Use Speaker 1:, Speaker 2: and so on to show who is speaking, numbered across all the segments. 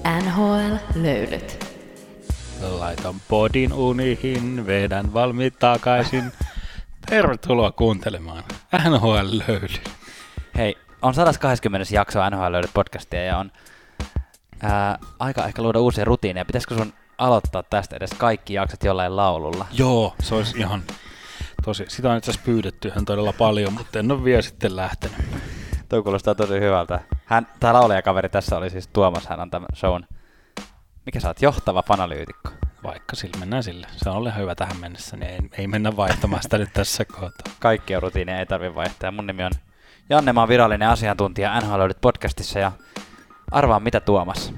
Speaker 1: NHL-löylyt.
Speaker 2: Laitan podin unihin, vedän valmiit takaisin. Tervetuloa kuuntelemaan NHL-löylyt.
Speaker 3: Hei, on 120. jakso NHL-löylyt podcastia ja on aika ehkä luoda uusia rutiineja. Pitäisikö sun aloittaa tästä edes kaikki jaksot jollain laululla?
Speaker 2: Joo, se olisi ihan tosi. Sitä on itse asiassa pyydetty ihan todella paljon, mutta en ole vielä sitten lähtenyt.
Speaker 3: Tuo kuulostaa tosi hyvältä. Tämä laulajakaveri tässä oli siis Tuomas, hän on tämän shown, mikä sä oot, johtava fanalyytikko.
Speaker 2: Vaikka sillä mennään sille. Se on ollut hyvä tähän mennessä, niin ei mennä vaihtamaan sitä nyt tässä kohtaa.
Speaker 3: Kaikkia rutiineja ei tarvitse vaihtaa. Mun nimi on Janne, mä oon virallinen asiantuntija NHL-löylyt podcastissa ja arvaa mitä Tuomas.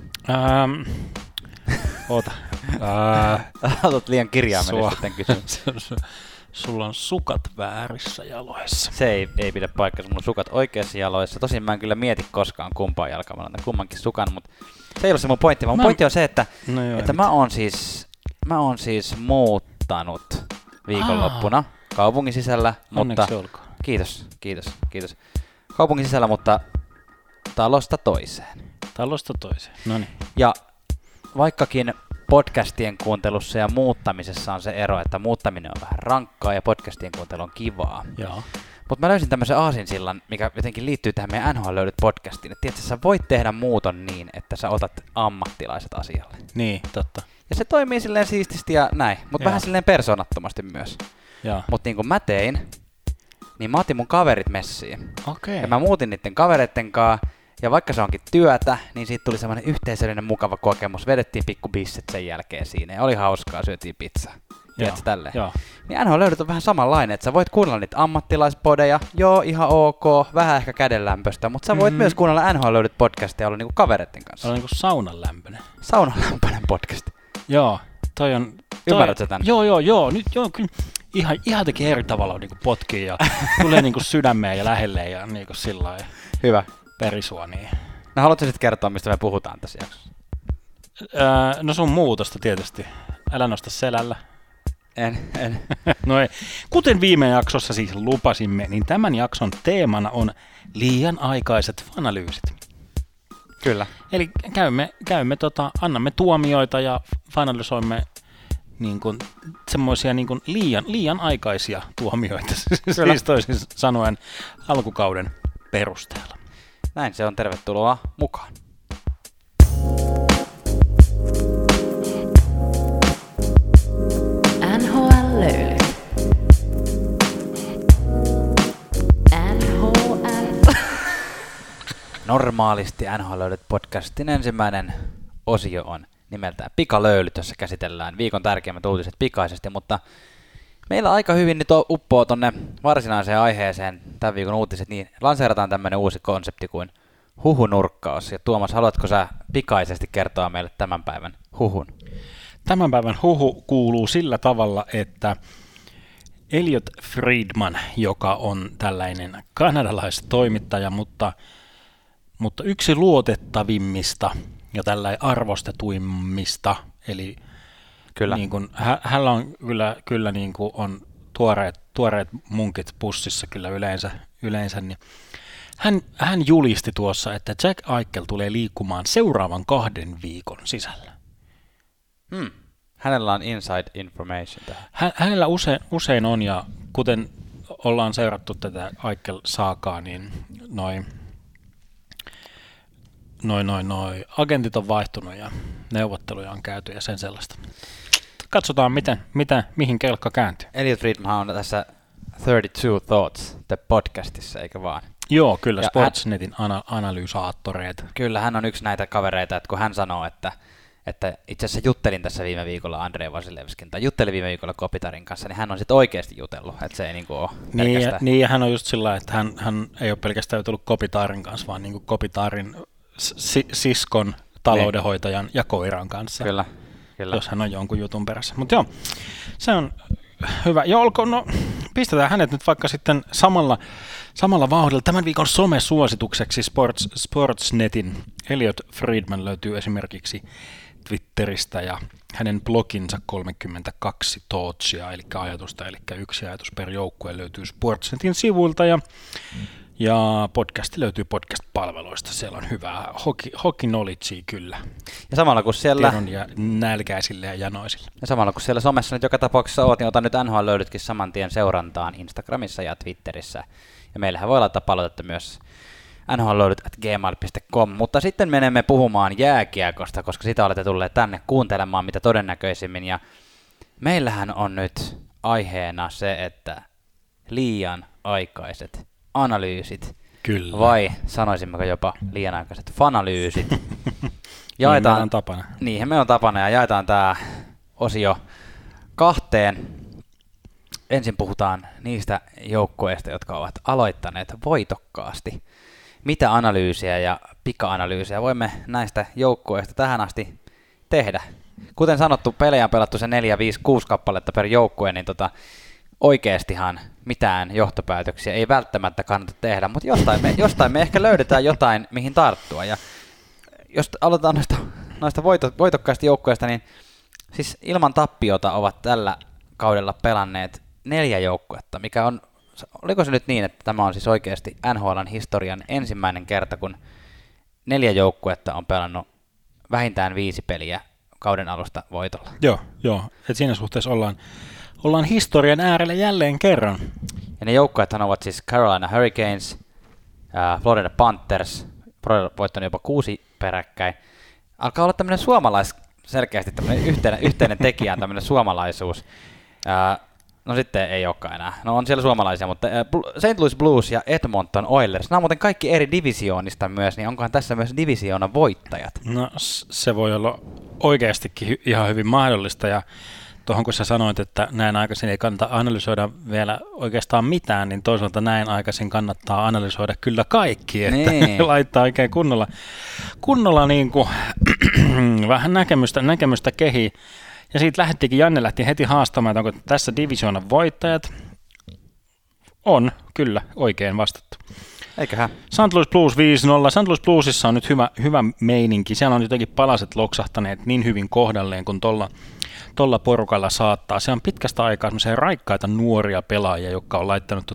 Speaker 2: Oota.
Speaker 3: Aloitat liian kirjaimellisesti sitten kysymys.
Speaker 2: Sulla on sukat väärissä jaloissa.
Speaker 3: Se ei pidä paikkansa, mulla on sukat oikeassa jaloissa. Tosin mä en kyllä mieti koskaan kumpaan jalkaan, mä laitan kummankin sukan, mutta se ei ole se mun pointti. Mun pointti on se, että mä oon siis muuttanut viikonloppuna kaupungin sisällä, mutta kiitos. Kaupungin sisällä, mutta talosta toiseen.
Speaker 2: No niin.
Speaker 3: Ja vaikkakin podcastien kuuntelussa ja muuttamisessa on se ero, että muuttaminen on vähän rankkaa ja podcastien kuuntelu on kivaa.
Speaker 2: Joo.
Speaker 3: Mutta mä löysin tämmöisen aasinsillan, mikä jotenkin liittyy tähän meidän NHL-löylyt podcastiin. Että tiedätkö, sä voit tehdä muuton niin, että sä otat ammattilaiset asialle.
Speaker 2: Niin, totta.
Speaker 3: Ja se toimii silleen siististi ja näin, mutta vähän silleen persoonattomasti myös. Mutta niin kuin mä tein, niin mä otin mun kaverit messiin.
Speaker 2: Okei.
Speaker 3: Ja mä muutin niiden kavereitten kanssa. Ja vaikka se onkin työtä, niin siitä tuli semmoinen yhteisöllinen mukava kokemus. Vedettiin pikku bisset sen jälkeen siinä ja oli hauskaa, syötiin pizzaa. Tiedätkö tälleen?
Speaker 2: Joo.
Speaker 3: Niin NHL-löylyt on vähän samanlainen, että sä voit kuunnella niitä ammattilaispodeja, joo ihan ok, vähän ehkä kädenlämpöistä, mutta sä voit myös kuunnella NHL-löylyt podcastia ja olla niinku kavereitten kanssa.
Speaker 2: Se on niinku saunanlämpöinen.
Speaker 3: Saunanlämpöinen podcast.
Speaker 2: Joo, toi on...
Speaker 3: Ymmärrätkö tän?
Speaker 2: Joo, nyt joo, kyllä ihan teki eri tavalla niinku potkii ja tulee niinku sydämeen ja lähelle ja niinku sillain.
Speaker 3: Hyvä.
Speaker 2: Perisuoniin.
Speaker 3: No haluatko sitten kertoa, mistä me puhutaan tässä jaksossa?
Speaker 2: No sun muutosta tietysti. Älä nosta selällä.
Speaker 3: En.
Speaker 2: No ei. Kuten viime jaksossa siis lupasimme, niin tämän jakson teemana on liian aikaiset fanalyysit.
Speaker 3: Kyllä.
Speaker 2: Eli annamme tuomioita ja fanalysoimme niin kuin semmoisia niin kuin liian aikaisia tuomioita. Siis toisin sanoen alkukauden perusteella.
Speaker 3: Näin se on, tervetuloa mukaan.
Speaker 1: NHL-löylyt.
Speaker 3: Normaalisti NHL-löylyt podcastin ensimmäinen osio on nimeltään Pikalöylyt, jossa käsitellään viikon tärkeimmät uutiset pikaisesti, mutta meillä aika hyvin nyt uppoo tonne varsinaiseen aiheeseen tämän viikon uutiset, niin lanseerataan tämmöinen uusi konsepti kuin huhunurkkaus. Ja Tuomas, haluatko sä pikaisesti kertoa meille tämän päivän huhun?
Speaker 2: Tämän päivän huhu kuuluu sillä tavalla, että Elliot Friedman, joka on tällainen kanadalaistoimittaja, mutta yksi luotettavimmista ja tällainen arvostetuimmista, eli
Speaker 3: kyllä.
Speaker 2: Niin kun, hänellä on kyllä niin kuin on tuoreet munkit pussissa kyllä yleensä niin hän julisti tuossa, että Jack Eichel tulee liikkumaan seuraavan 2 viikon sisällä.
Speaker 3: Hänellä on inside information tähän.
Speaker 2: Hänellä usein on, ja kuten ollaan seurattu tätä Eichel-saakaa, niin noi agentit on vaihtunut ja neuvotteluja on käyty ja sen sellaista. Katsotaan, mihin kelkka kääntyy.
Speaker 3: Elliot Friedman on tässä 32 Thoughts, the podcastissa, eikä vaan?
Speaker 2: Joo, kyllä, Sportsnetin analysaattoreita.
Speaker 3: Kyllä, hän on yksi näitä kavereita, että kun hän sanoo, että itse asiassa juttelin tässä viime viikolla Andrei Vasilevskin, tai juttelin viime viikolla Kopitarin kanssa, niin hän on sitten oikeasti jutellut, että se ei niinku ole pelkästään.
Speaker 2: Niin, ja hän on just sillä, että hän ei ole pelkästään jutellut Kopitarin kanssa, vaan niinku Kopitarin siskon, taloudenhoitajan ja koiran kanssa.
Speaker 3: Kyllä.
Speaker 2: Jos hän on jonkun jutun perässä. Mutta joo, se on hyvä. Ja pistetään hänet nyt vaikka sitten samalla vauhdilla tämän viikon somesuositukseksi Sportsnetin. Elliot Friedman löytyy esimerkiksi Twitteristä ja hänen bloginsa 32 thoughtsia, eli ajatusta, eli yksi ajatus per joukkue löytyy Sportsnetin sivuilta. Ja Ja podcasti löytyy podcast-palveluista. Siellä on hyvää hockey knowledgea kyllä.
Speaker 3: Ja samalla kun siellä...
Speaker 2: Tiedon ja nälkäisille ja janoisille.
Speaker 3: Ja samalla kun siellä somessa nyt joka tapauksessa oot, niin ota nyt NHL-löydytkin saman tien seurantaan Instagramissa ja Twitterissä. Ja meillähän voi laittaa palautetta myös nhlöydyt@gmail.com, mutta sitten menemme puhumaan jääkiekosta, koska sitä olette tulleet tänne kuuntelemaan mitä todennäköisimmin. Ja meillähän on nyt aiheena se, että liian aikaiset analyysit,
Speaker 2: Kyllä.
Speaker 3: vai sanoisimmeko jopa liian aikaiset fanalyysit.
Speaker 2: Jaetaan, niin on tapana.
Speaker 3: Niinhän me on tapana ja jaetaan tämä osio kahteen. Ensin puhutaan niistä joukkueista, jotka ovat aloittaneet voitokkaasti. Mitä analyysiä ja pika-analyysiä voimme näistä joukkueista tähän asti tehdä? Kuten sanottu, pelejä on pelattu se 4, 5, 6 kappaletta per joukkue, niin oikeastihan mitään johtopäätöksiä ei välttämättä kannata tehdä, mutta jostain me ehkä löydetään jotain, mihin tarttua. Ja jos aloitetaan noista voitokkaista joukkueista, niin siis ilman tappiota ovat tällä kaudella pelanneet 4 joukkuetta, mikä on, oliko se nyt niin, että tämä on siis oikeasti NHL:n historian ensimmäinen kerta, kun 4 joukkuetta on pelannut vähintään 5 peliä kauden alusta voitolla.
Speaker 2: Joo. Et siinä suhteessa ollaan historian äärellä jälleen kerran.
Speaker 3: Ja ne joukkueethan ovat siis Carolina Hurricanes, Florida Panthers, voittanut jopa 6 peräkkäin. Alkaa olla tämmöinen selkeästi tämmöinen yhteinen tekijä, tämmöinen suomalaisuus. No sitten ei olekaan enää. No on siellä suomalaisia, mutta St. Louis Blues ja Edmonton Oilers, nämä on muuten kaikki eri divisioonista myös, niin onkohan tässä myös divisioonan voittajat?
Speaker 2: No se voi olla oikeastikin ihan hyvin mahdollista, ja tuohon kun sä sanoit, että näin aikaisin ei kannata analysoida vielä oikeastaan mitään, niin toisaalta näin aikaisin kannattaa analysoida kyllä kaikki, että laittaa oikein kunnolla niin kuin, vähän näkemystä kehiin. Ja siitä Janne lähti heti haastamaan, että onko tässä divisioonan voittajat. On, kyllä, oikein vastattu.
Speaker 3: Eiköhän.
Speaker 2: St. Louis Blues 5-0. St. Louis Bluesissa on nyt hyvä meininki. Siellä on jotenkin palaset loksahtaneet niin hyvin kohdalleen kuin tuolla porukalla saattaa. Se on pitkästä aikaa semmoisia raikkaita nuoria pelaajia, jotka on laittanut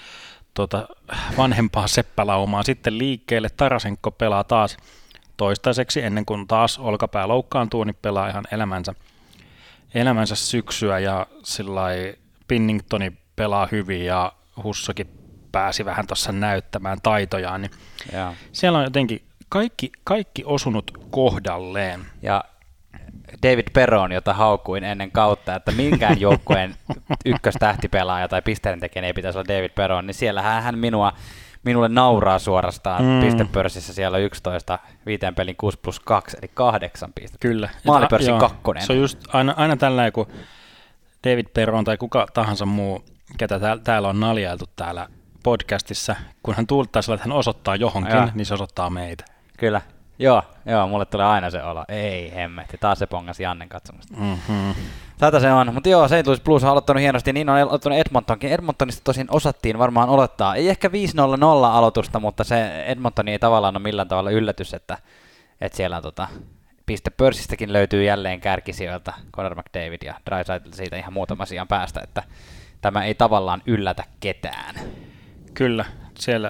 Speaker 2: vanhempaa seppälaumaa sitten liikkeelle. Tarasenko pelaa taas toistaiseksi, ennen kuin taas olkapää loukkaantuu, niin pelaa ihan elämänsä syksyä, ja sillai Binningtoni pelaa hyvin ja Hussokin pääsi vähän tuossa näyttämään taitojaan, niin siellä on jotenkin kaikki osunut kohdalleen.
Speaker 3: Ja David Perron, jota haukuin ennen kautta, että minkään joukkueen ykköstähtipelaaja tai pisteentekijä ei pitäisi olla David Perron, niin siellähän hän minulle nauraa suorastaan pistepörssissä, siellä on 11, 5 pelin 6+2, eli 8 pistettä.
Speaker 2: Kyllä.
Speaker 3: Maalipörssin 2.
Speaker 2: Se on just aina tällä, kun David Perron tai kuka tahansa muu, ketä täällä on naljailtu täällä podcastissa, kun hän tuulittaa sillä, että hän osoittaa johonkin, niin se osoittaa meitä.
Speaker 3: Kyllä. Joo, mulle tulee aina se olo. Ei hemmetti, taas se pongasi Jannen katsomasta. Mm-hmm. Tätä se on, mutta joo, St. Louis Blues on aloittanut hienosti, niin on aloittanut Edmontonkin. Edmontonista tosin osattiin varmaan odottaa, ei ehkä 5-0-0 aloitusta, mutta se Edmontoni ei tavallaan ole millään tavalla yllätys, että siellä pistepörssistäkin löytyy jälleen kärkisijoilta Connor McDavid ja Draisaitl siitä ihan muutama sijaan päästä, että tämä ei tavallaan yllätä ketään.
Speaker 2: Kyllä, siellä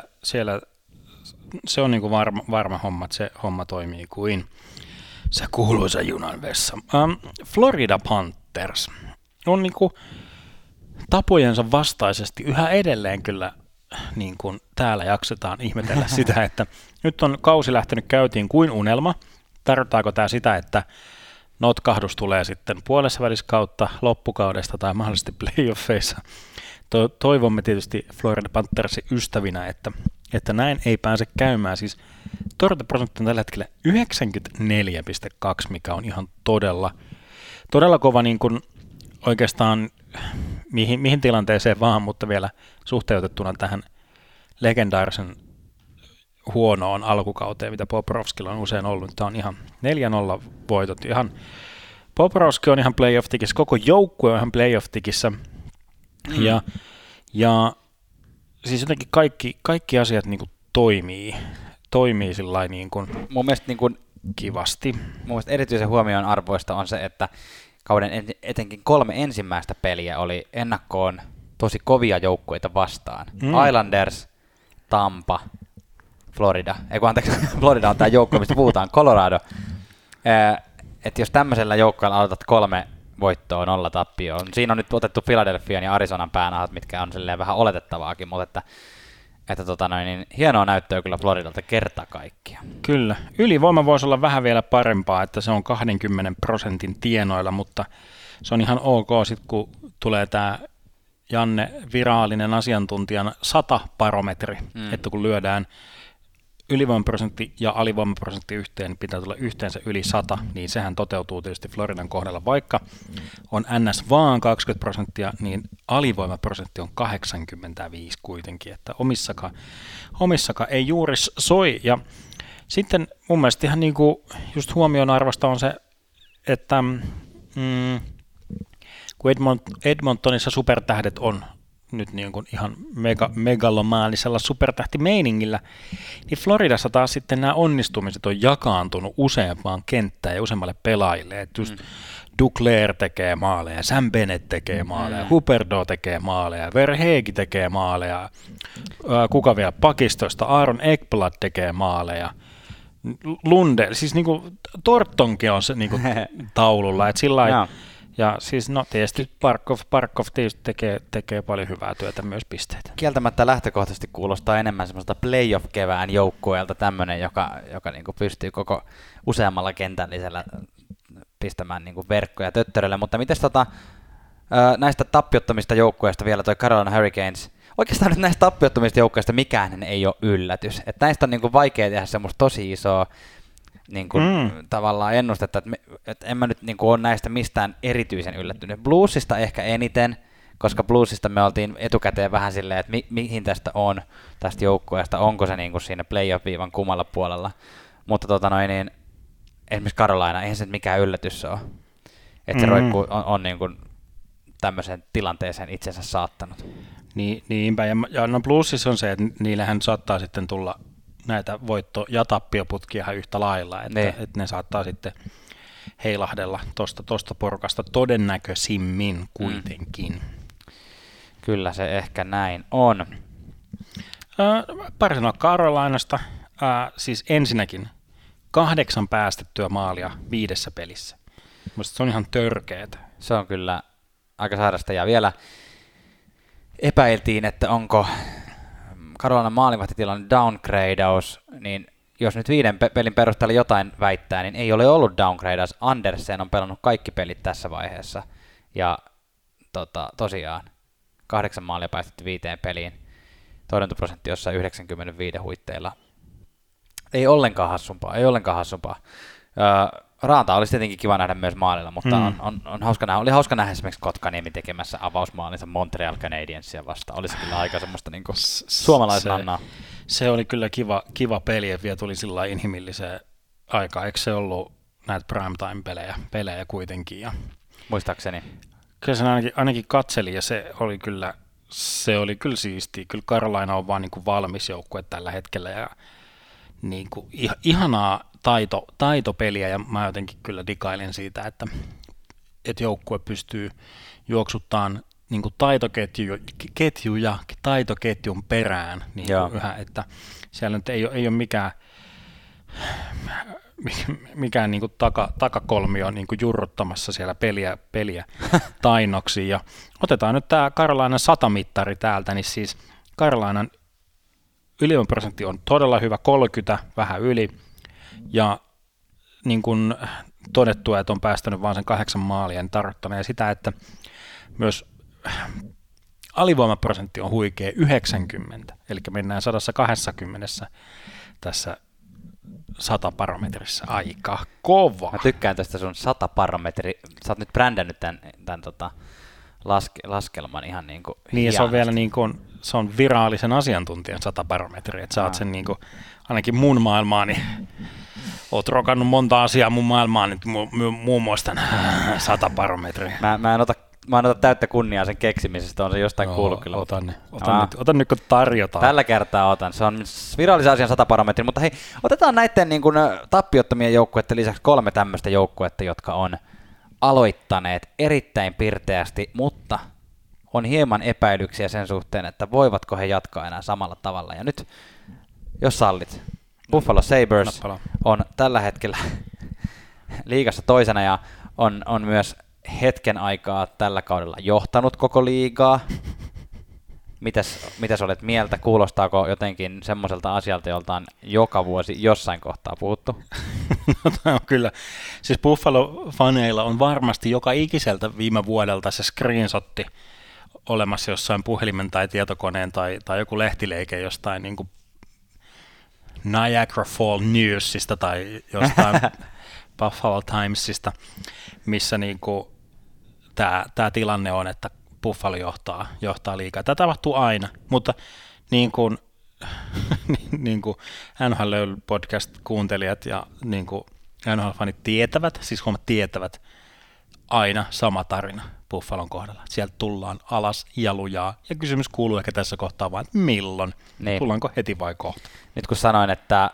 Speaker 2: se on niinku varma homma, että se homma toimii kuin se kuuluisa junan vessa. Florida Panthers on niinku tapojensa vastaisesti yhä edelleen kyllä, niin kuin täällä jaksetaan ihmetellä sitä, että nyt on kausi lähtenyt käyntiin kuin unelma. Tarkoittaako tämä sitä, että notkahdus tulee sitten puolessa välissä kautta loppukaudesta tai mahdollisesti playoffeissa? Toivomme tietysti Florida Panthersin ystävinä, että näin ei pääse käymään. Siis torjuntaprosentti on tällä hetkellä 94,2, mikä on ihan todella kova niin kuin oikeastaan mihin tilanteeseen vaan, mutta vielä suhteutettuna tähän legendaarisen huonoon alkukauteen, mitä Bobrovskilla on usein ollut. Tämä on ihan 4-0 voitot. Bobrovski on ihan playoff-tikissä, koko joukkue on ihan playoff-tikissä. Ja siis jotenkin kaikki asiat niin kuin toimii sillain niin kuin
Speaker 3: mun mielestä niin kuin
Speaker 2: kivasti.
Speaker 3: Mun mielestä erityisen huomion arvoista on se, että kauden etenkin 3 ensimmäistä peliä oli ennakkoon tosi kovia joukkueita vastaan. Islanders, Tampa, Florida. Florida on tämä joukko, mistä puhutaan, Colorado. Että jos tämmöisellä joukkueella aloitat 3 voittoa, 0 tappioon. Siinä on nyt otettu Philadelphian ja Arizonan päänahat, mitkä on silleen vähän oletettavaakin, mutta niin hienoa näyttöä kyllä Floridalta kerta kaikkiaan.
Speaker 2: Kyllä. Ylivoima voisi olla vähän vielä parempaa, että se on 20% tienoilla, mutta se on ihan ok sitten, kun tulee tämä Janne virallinen asiantuntijan 100-barometri, että kun lyödään ylivoimaprosentti ja alivoimaprosentti yhteen, niin pitää tulla yhteensä yli 100, niin sehän toteutuu tietysti Floridan kohdalla, vaikka on NS vaan 20%, niin alivoimaprosentti on 85 kuitenkin, että omissakaan ei juuri soi. Ja sitten mun mielestä ihan niin kuin just huomionarvoista on se, että kun Edmontonissa supertähdet on nyt niin kuin ihan megalomaanisella supertähtimeiningillä, niin Floridassa taas sitten nämä onnistumiset on jakaantunut useampaan kenttään ja useammalle pelaajille. Että just Duclair tekee maaleja, Sam Bennett tekee maaleja, Huberdeau tekee maaleja, Verheegi tekee maaleja, kuka vielä pakistoista, Aaron Ekblad tekee maaleja, Lundell, siis niinku Tortonkin on se niinku taululla, että sillä lailla. Ja siis no tietysti Barkov tietysti tekee paljon hyvää työtä, myös pisteitä.
Speaker 3: Kieltämättä lähtökohtaisesti kuulostaa enemmän semmoista playoff-kevään joukkueelta tämmöinen, joka niinku pystyy koko useammalla kentällisellä pistämään niinku verkkoja töttörölle. Mutta mites näistä tappiottomista joukkueista vielä toi Carolina Hurricanes, oikeastaan nyt näistä tappiottomista joukkueista mikään ei ole yllätys. Että näistä on niinku vaikea tehdä semmoista tosi isoa niin kuin tavallaan ennustetta, että en mä nyt niin kuin ole näistä mistään erityisen yllättynyt. Bluesista ehkä eniten, koska Bluesista me oltiin etukäteen vähän silleen, että mihin tästä on, tästä joukkueesta, onko se niin kuin siinä playoff-viivan kummalla puolella. Mutta niin, esimerkiksi Carolina, eihän se nyt mikään yllätys ole, että se roikkuu on niin kuin tämmöiseen tilanteeseen itsensä saattanut.
Speaker 2: Niinpä, ja no Bluesissa on se, että niillähän saattaa sitten tulla näitä voitto- ja tappioputkia yhtä lailla, että ne saattaa sitten heilahdella tuosta porukasta todennäköisimmin kuitenkin.
Speaker 3: Kyllä se ehkä näin on.
Speaker 2: Pari sanoa Carolinasta, siis ensinnäkin 8 päästettyä maalia 5 pelissä. Mielestäni se on ihan törkeetä.
Speaker 3: Se on kyllä aika sairasta, ja vielä epäiltiin, että onko Carolinan maalivahtitilanne downgradeaus, niin jos nyt 5 pelin perusteella jotain väittää, niin ei ole ollut downgradeaus. Andersen on pelannut kaikki pelit tässä vaiheessa, ja tosiaan 8 maalia päästetty 5 peliin, torjuntaprosentti jossain 95 huitteilla. Ei ollenkaan hassumpaa. Raanta olisi tietenkin kiva nähdä myös maalilla, mutta on hauska nähdä. Oli hauska nähdä esimerkiksi Kotkaniemi tekemässä avausmaalinsa Montreal Canadiensia vastaan. Olisi kyllä aika semmoista niinku suomalaisnannaa.
Speaker 2: Se oli kyllä kiva peli, että vielä tuli sillä inhimilliseen aikaan. Eikö se ollut näitä primetime-pelejä kuitenkin? Ja
Speaker 3: muistaakseni.
Speaker 2: Kyllä sen ainakin katseli, ja se oli kyllä siistiä. Kyllä Carolina on vaan niinku valmis joukkue tällä hetkellä, ja niinku ihanaa taitopeliä, ja mä jotenkin kyllä digailen siitä, että joukkue pystyy juoksuttamaan niin kuin taitoketjuja taitoketjun perään niin kuin yhä, että siellä nyt ei ole mikään niin kuin takakolmio niin kuin jurruttamassa siellä peliä tainnoksi. Ja otetaan nyt tämä Carolinan 100-mittari täältä, niin siis Carolinan ylivoimaprosentti on todella hyvä, 30, vähän yli, ja niin kuin todettua, että on päästänyt vain sen 8 maalia, niin tarkoittaneen sitä, että myös alivoimaprosentti on huikea 90, eli mennään 120 tässä 100-barometrissa. Aika kova.
Speaker 3: Mä tykkään tästä sun 100-barometri. Sä oot nyt brändännyt tämän laskelman ihan niin kuin
Speaker 2: niin, se on vielä niin kuin, se on virallisen asiantuntijan 100-barometri, että sä oot sen niin kuin, ainakin mun maailmaani, oot rokannut monta asiaa mun maailmaan, muun muassa tämän 100-barometri.
Speaker 3: Mä en ota täyttä kunniaa sen keksimisestä, on se jostain kuullut kyllä.
Speaker 2: Otan nyt kun tarjotaan.
Speaker 3: Tällä kertaa otan, se on virallisen asian 100-barometri, mutta hei, otetaan näiden niin kuin tappiottomien joukkueiden lisäksi 3 tämmöistä joukkuetta, jotka on aloittaneet erittäin pirteästi, mutta on hieman epäilyksiä sen suhteen, että voivatko he jatkaa enää samalla tavalla. Ja nyt, jos sallit, Buffalo Sabres on tällä hetkellä liigassa toisena ja on myös hetken aikaa tällä kaudella johtanut koko liigaa. Mitäs olet mieltä? Kuulostaako jotenkin semmoiselta asialta, jolta on joka vuosi jossain kohtaa puhuttu?
Speaker 2: No, kyllä. Siis Buffalo-faneilla on varmasti joka ikiseltä viime vuodelta se screenshotti olemassa jossain puhelimen tai tietokoneen tai joku lehtileike jostain niin kuin Niagara Fall Newsista tai jostain Buffalo Timesista, missä niin kuin tämä tilanne on, että Buffalo johtaa liigaa. Tämä tapahtuu aina, mutta niin kuin NHL-podcast-kuuntelijat ja niin kuin NHL-fanit tietävät aina sama tarina Buffalon kohdalla. Sieltä tullaan alas ja lujaa, ja kysymys kuuluu ehkä tässä kohtaa vaan, että milloin? Niin. Tullaanko heti vai kohta?
Speaker 3: Nyt kun sanoin, että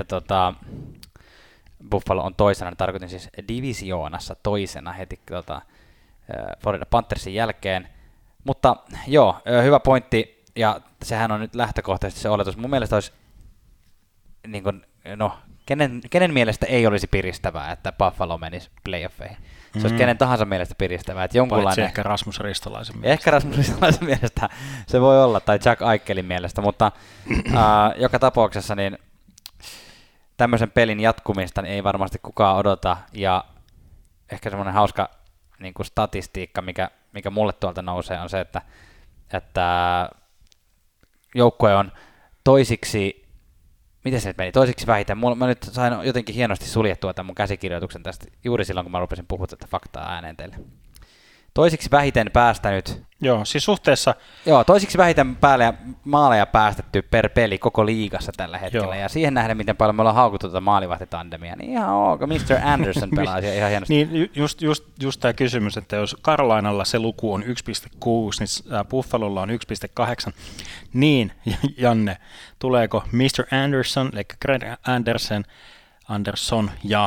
Speaker 3: Buffalo on toisena, niin tarkoitin siis divisioonassa toisena heti Florida Panthersin jälkeen. Mutta joo, hyvä pointti, ja sehän on nyt lähtökohtaisesti se oletus. Mun mielestä olisi, niin kuin, no, kenen mielestä ei olisi piristävää, että Buffalo menisi playoffeihin. Se olisi kenen tahansa mielestä piristävää. Että jonkunlainen,
Speaker 2: ehkä Rasmus Ristolaisen mielestä.
Speaker 3: Ehkä Rasmus Ristolaisen mielestä se voi olla, tai Jack Eichelin mielestä, mutta joka tapauksessa niin tämmöisen pelin jatkumista niin ei varmasti kukaan odota, ja ehkä semmoinen hauska niin kuin statistiikka, mikä mulle tuolta nousee, on se, että joukkue on toisiksi, miten se nyt meni, toisiksi vähiten. Mä nyt sain jotenkin hienosti suljettua tämän mun käsikirjoituksen tästä juuri silloin, kun mä rupesin puhua tätä faktaa ääneen teille. Toisiksi vähiten päästänyt.
Speaker 2: Joo, siis suhteessa.
Speaker 3: Joo, toisiksi vähiten maaleja päästetty per peli koko liigassa tällä hetkellä. Joo. Ja siihen nähden, miten paljon me ollaan haukuttu tuota maalivahtitandemia, niin ihan ok, Mr. Anderson pelaa ihan hienosti.
Speaker 2: Niin, just tämä kysymys, että jos Carolinalla se luku on 1,6, niin Buffalolla on 1,8, niin Janne, tuleeko Mr. Anderson, eli Greg Anderson ja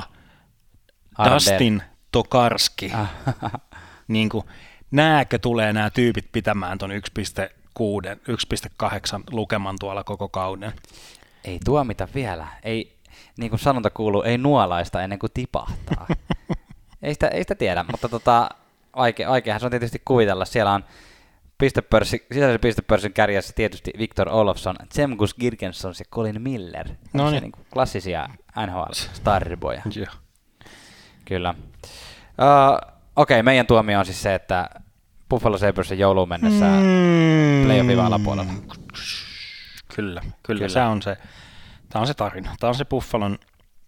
Speaker 2: Dustin Tokarski, niin kuin, nääkö tulee nämä tyypit pitämään ton 1,6, 1,8 lukeman tuolla koko kauden?
Speaker 3: Ei tuomita vielä. Ei, niin kuin sanonta kuuluu, ei nuolaista ennen kuin tipahtaa. ei sitä tiedä, mutta vaikeahan se on tietysti kuvitella. Siellä on sisäisen pistepörssin kärjessä tietysti Victor Olofsson, Zemgus Girgensson ja Colin Miller. No niin. Niin klassisia NHL-starboja. Kyllä. Okei, meidän tuomio on siis se, että Buffalo Sabresin jouluun mennessä playoffin alapuolella.
Speaker 2: Kyllä. Tämä on se tarina. Tämä on se Buffalon.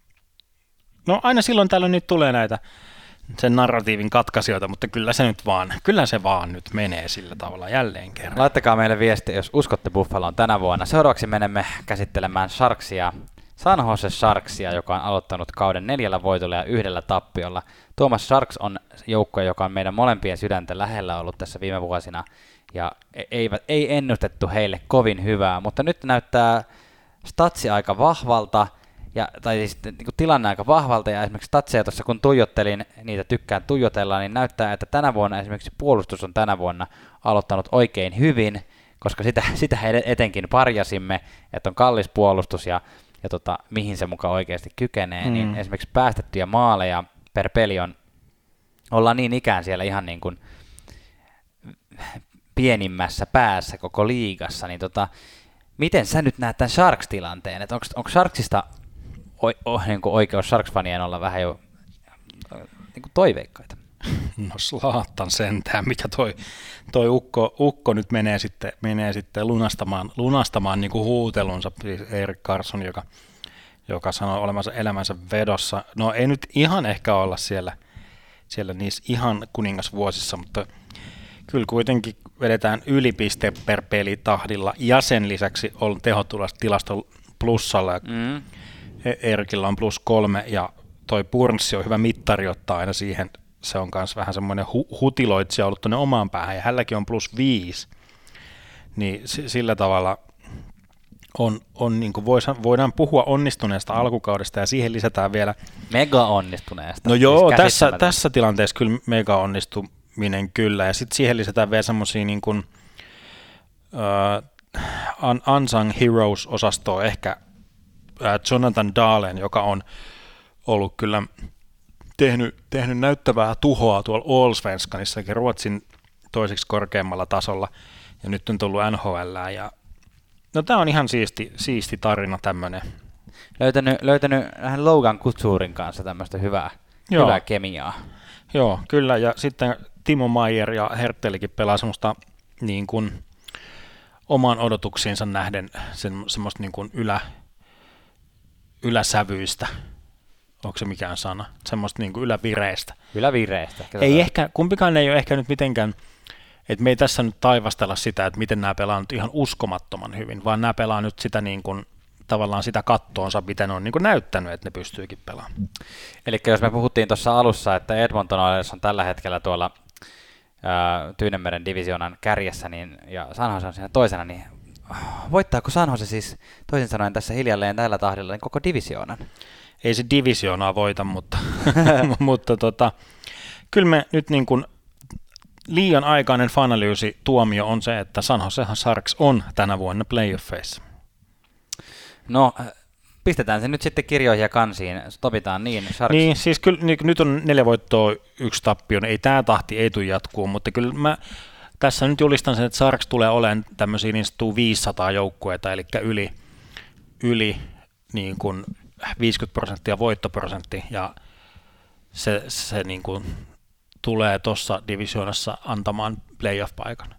Speaker 2: No aina silloin tällöin nyt tulee näitä sen narratiivin katkaisijoita, mutta kyllä se vaan nyt menee sillä tavalla jälleen kerran.
Speaker 3: Laittakaa meille viesti, jos uskotte Buffaloon tänä vuonna. Seuraavaksi menemme käsittelemään San Jose Sharksia, joka on aloittanut kauden 4 voitolla ja 1 tappiolla. Thomas Sharks on joukko, joka on meidän molempien sydäntä lähellä ollut tässä viime vuosina, ja ei ennustettu heille kovin hyvää, mutta nyt näyttää statsi aika vahvalta, tai siis niin kuin tilanne aika vahvalta, ja esimerkiksi statseja tuossa kun tuijottelin, niitä tykkään tuijotella, niin näyttää, että tänä vuonna esimerkiksi puolustus on tänä vuonna aloittanut oikein hyvin, koska sitä etenkin parjasimme, että on kallis puolustus ja mihin se mukaan oikeasti kykenee, niin esimerkiksi päästettyjä maaleja per peli ollaan niin ikään siellä ihan niin kuin pienimmässä päässä koko liigassa, niin miten sä nyt näet tämän Sharks-tilanteen, että onko Sharksista niin kuin oikeus Sharks-fanien olla vähän jo niin kuin toiveikkaita?
Speaker 2: No slaattan sentään, mikä toi ukko nyt menee sitten lunastamaan niin kuin huutelunsa, siis Erik Karlsson, joka sanoo olemansa elämänsä vedossa. No ei nyt ihan ehkä olla siellä niissä ihan kuningasvuosissa, mutta kyllä kuitenkin vedetään ylipiste per peli tahdilla, ja sen lisäksi on tehotilasto plussalla, ja Erikillä on +3, ja toi Burns on hyvä mittari ottaa aina siihen. Se on myös vähän semmoinen hutiloitsija ollut tuonne omaan päähän, ja hänelläkin on +5, niin sillä tavalla on niin kuin voidaan puhua onnistuneesta alkukaudesta, ja siihen lisätään vielä
Speaker 3: mega onnistuneesta.
Speaker 2: No joo, siis tässä tilanteessa kyllä mega onnistui onnistuminen kyllä, ja sitten siihen lisätään vielä semmoisia niin kuin unsung heroes-osastoa, ehkä Jonathan Dahlén, joka on ollut kyllä tehnyt näyttävää tuhoa tuolla Allsvenskanissa, eli Ruotsin toiseksi korkeammalla tasolla, ja nyt on tullut NHL, ja no tämä on ihan siisti tarina tämmöinen.
Speaker 3: Löytänyt Logan Couturen kanssa tämmöistä hyvää kemiaa.
Speaker 2: Joo, kyllä, ja sitten Timo Meier ja Herttelikin pelaa semmoista niin kuin oman odotuksiinsa nähden semmoista niin kuin yläsävyistä. Onko se mikään sana? Semmoista niin kuin ylävireistä.
Speaker 3: Ylävireistä.
Speaker 2: Kumpikaan ei ole ehkä nyt mitenkään, että me ei tässä nyt taivastella sitä, että miten nämä pelaa nyt ihan uskomattoman hyvin, vaan nämä pelaa nyt sitä niin kuin, tavallaan sitä kattoonsa, mitä ne on niin kuin näyttänyt, että ne pystyykin pelaamaan.
Speaker 3: Eli jos me puhuttiin tuossa alussa, että Edmonton on tällä hetkellä tuolla Tyynenmeren divisioonan kärjessä, niin, ja San Jose on siinä toisena, niin voittaako San Jose siis toisin sanoen tässä hiljalleen tällä tahdilla niin koko divisioonan?
Speaker 2: Ei se divisioonaa voita, mutta, mutta kyllä me nyt niin kuin liian aikainen fanalyysi tuomio on se, että San Jose Sharks on tänä vuonna playoffeissa.
Speaker 3: No, pistetään se nyt sitten kirjoihin ja kansiin, topitaan niin. Sharks.
Speaker 2: Niin, siis kyllä nyt on 4 voittoa, 1 tappio, ei tämä tahti ei tule jatkuu, mutta kyllä mä tässä nyt julistan sen, että Sharks tulee olemaan tämmöisiä niin sanottua 500 joukkueita, eli yli niin kuin 50% voittoprosentti, ja se niin kuin tulee tuossa divisioonassa antamaan playoff-paikan.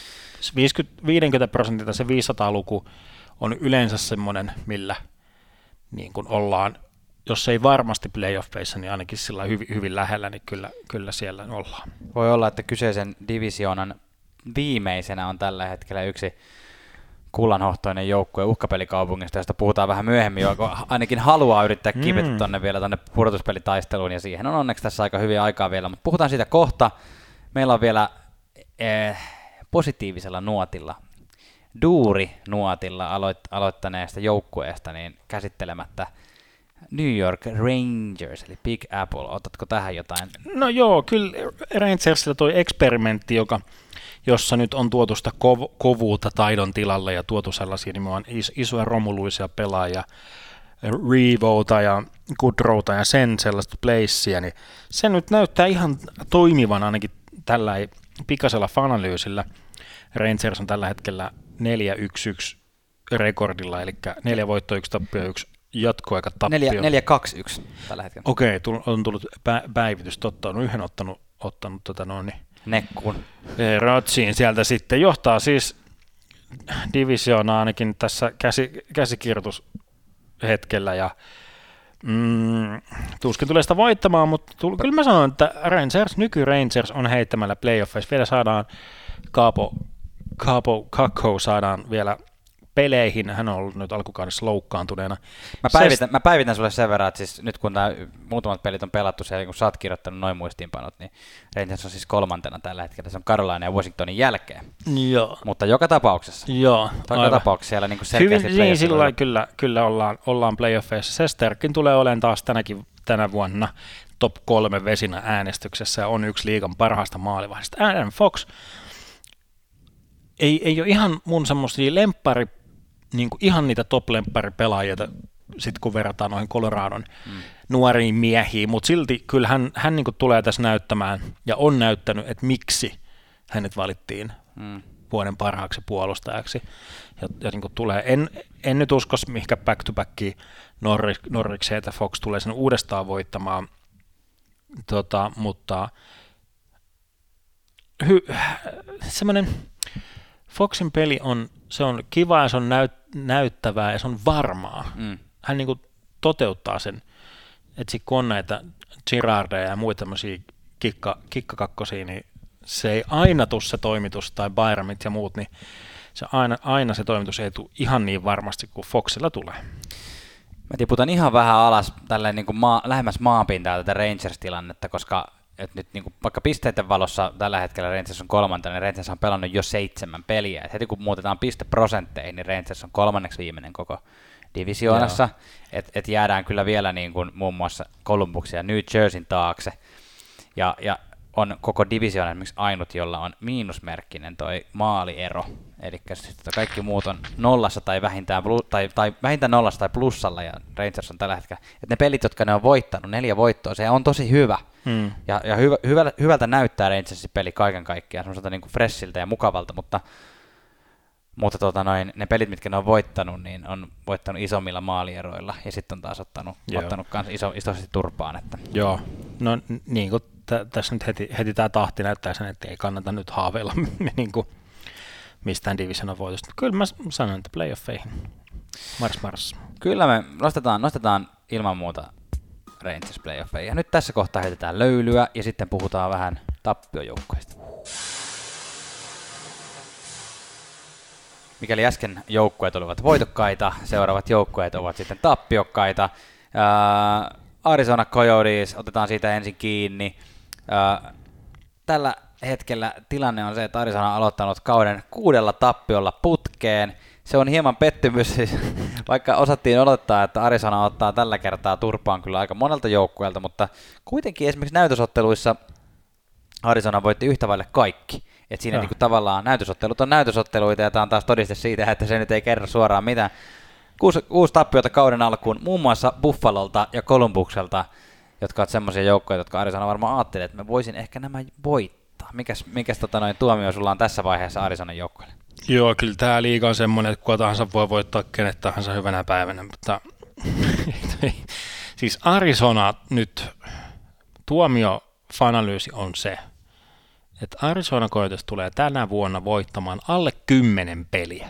Speaker 2: 50% se 500-luku on yleensä semmoinen, millä niin kuin ollaan, jos ei varmasti playoff-peissä, niin ainakin sillä hyvin, hyvin lähellä, niin kyllä siellä ollaan.
Speaker 3: Voi olla, että kyseisen divisioonan viimeisenä on tällä hetkellä yksi kullanhohtoinen joukkue uhkapelikaupungista, josta puhutaan vähän myöhemmin, joka ainakin haluaa yrittää kivetä tuonne pudotuspelitaisteluun, ja siihen on onneksi tässä aika hyvin aikaa vielä, mutta puhutaan siitä kohta. Meillä on vielä positiivisella nuotilla, duuri-nuotilla aloittaneesta joukkueesta niin käsittelemättä New York Rangers, eli Big Apple. Otatko tähän jotain?
Speaker 2: No joo, kyllä Rangersilla toi eksperimentti, jossa nyt on tuotu sitä kovuutta taidon tilalle ja tuotu sellaisia nimenomaan isoja romuluisia pelaajia, Reevota ja Goodrowta ja sen sellaista placea, niin se nyt näyttää ihan toimivan ainakin tällä pikaisella fanalyysillä. Rangers on tällä hetkellä 4-1-1 rekordilla, eli 4 voittoa, 1 tappio, 1 jatkoaika tappio.
Speaker 3: 4-2-1 tällä hetkellä.
Speaker 2: Okei, on tullut päivitys, totta, on yhden ottanut
Speaker 3: Nekkuun.
Speaker 2: Rotsiin sieltä sitten johtaa siis divisioonaa ainakin tässä käsikirjoitushetkellä, ja tuskin tulee sitä voittamaan, mutta kyllä mä sanon, että nyky Rangers on heittämällä playoffeissa. Vielä saadaan Kakko saadaan vielä peleihin. Hän on ollut nyt alkukaudessa loukkaantuneena.
Speaker 3: Mä päivitän sulle sen verran, että siis nyt kun muutamat pelit on pelattu siellä, kun sä oot kirjoittanut noin muistiinpanot, niin Rangers on siis 3. tällä hetkellä. Se on Carolina ja Washingtonin jälkeen.
Speaker 2: Joo.
Speaker 3: Mutta joka tapauksessa.
Speaker 2: Joo.
Speaker 3: Joka tapauksessa siellä niin selkeästi
Speaker 2: hyvin, niin sillä kyllä ollaan playoffeissa. Sesterkin tulee olemaan taas tänä vuonna top 3 vesinä äänestyksessä ja on yksi liigan parhaasta maalivahdista. Adam Fox ei ole ihan mun semmoisia lemppari, niin kuin ihan niitä top-lempparipelaajia, sitten kun verrataan noihin Coloradon nuoriin miehiin, mutta silti kyllä hän niin kuin tulee tässä näyttämään ja on näyttänyt, että miksi hänet valittiin vuoden parhaaksi puolustajaksi. Ja niin kuin tulee, en nyt usko mihinkä back-to-backiin Norrikseen, että Fox tulee sen uudestaan voittamaan, mutta semmoinen Foxin peli on kiva ja se on näyttävää ja se on varmaa. Hän niin kuin toteuttaa sen, että sitten kun on näitä Girardeja ja muita tämmöisiä kikkakakkosia, niin se ei aina tule se toimitus tai Byramit ja muut, niin se aina se toimitus ei tule ihan niin varmasti kuin Foxilla tulee.
Speaker 3: Mä tiputan ihan vähän alas tälleen niin kuin lähemmäs maanpintaa tätä Rangers-tilannetta, koska nyt niin kuin, vaikka pisteiden valossa tällä hetkellä Rangers on 3, niin Rangers on pelannut jo 7 peliä. Et heti kun muutetaan pisteprosentteihin, niin Rangers on 3. viimeinen koko divisioonassa. Et jäädään kyllä vielä niin kuin muun muassa Columbuksen ja New Jerseyn taakse. Ja on koko divisioon esimerkiksi ainut, jolla on miinusmerkkinen toi maaliero. Eli kaikki muut on nollassa tai vähintään, tai vähintään nollassa tai plussalla, ja Rangers on tällä hetkellä. Et ne pelit, jotka ne on voittanut, 4 voittoa, se on tosi hyvä. Ja hyvältä näyttää Rangersin peli kaiken kaikkiaan, semmoiselta niin kuin freshiltä ja mukavalta, mutta ne pelit, mitkä ne on voittanut, niin on voittanut isommilla maalieroilla, ja sitten on taas ottanut kans isosti turpaan. Että.
Speaker 2: Joo, no niin kuin tässä nyt heti tämä tahti näyttää sen, että ei kannata nyt haaveilla niin kuin mistään divisionan voitosta. Kyllä mä sanon, että playoffeihin. Mars.
Speaker 3: Kyllä me nostetaan ilman muuta Rangers playoffeihin. Ja nyt tässä kohtaa heitetään löylyä, ja sitten puhutaan vähän tappiojoukkoista. Mikäli äsken joukkueet olivat voitokkaita, seuraavat joukkueet ovat sitten tappiokkaita. Arizona Coyotes, otetaan siitä ensin kiinni. Tällä hetkellä tilanne on se, että Arizona on aloittanut kauden 6 tappiolla putkeen. Se on hieman pettymys, siis, vaikka osattiin odottaa, että Arizona ottaa tällä kertaa turpaan kyllä aika monelta joukkueelta, mutta kuitenkin esimerkiksi näytösotteluissa Arizona voitti yhtä vaille kaikki. Et siinä niinku tavallaan näytösottelut on näytösotteluita, ja tämä on taas todiste siitä, että se nyt ei kerro suoraan mitään. 6 tappiota kauden alkuun, muun muassa Buffalolta ja Columbukselta, jotka ovat semmoisia joukkoja, jotka Arizona varmaan ajattelee, että mä voisin ehkä nämä voittaa. Mikäs tuomio sulla on tässä vaiheessa Arizonan joukkoille?
Speaker 2: Joo, kyllä tämä liiga on semmoinen, että kuka tahansa voi voittaa kenet tahansa hyvänä päivänä, mutta siis Arizona nyt tuomiofanalyysi on se, että Arizona Coyotes tulee tänä vuonna voittamaan alle 10 peliä.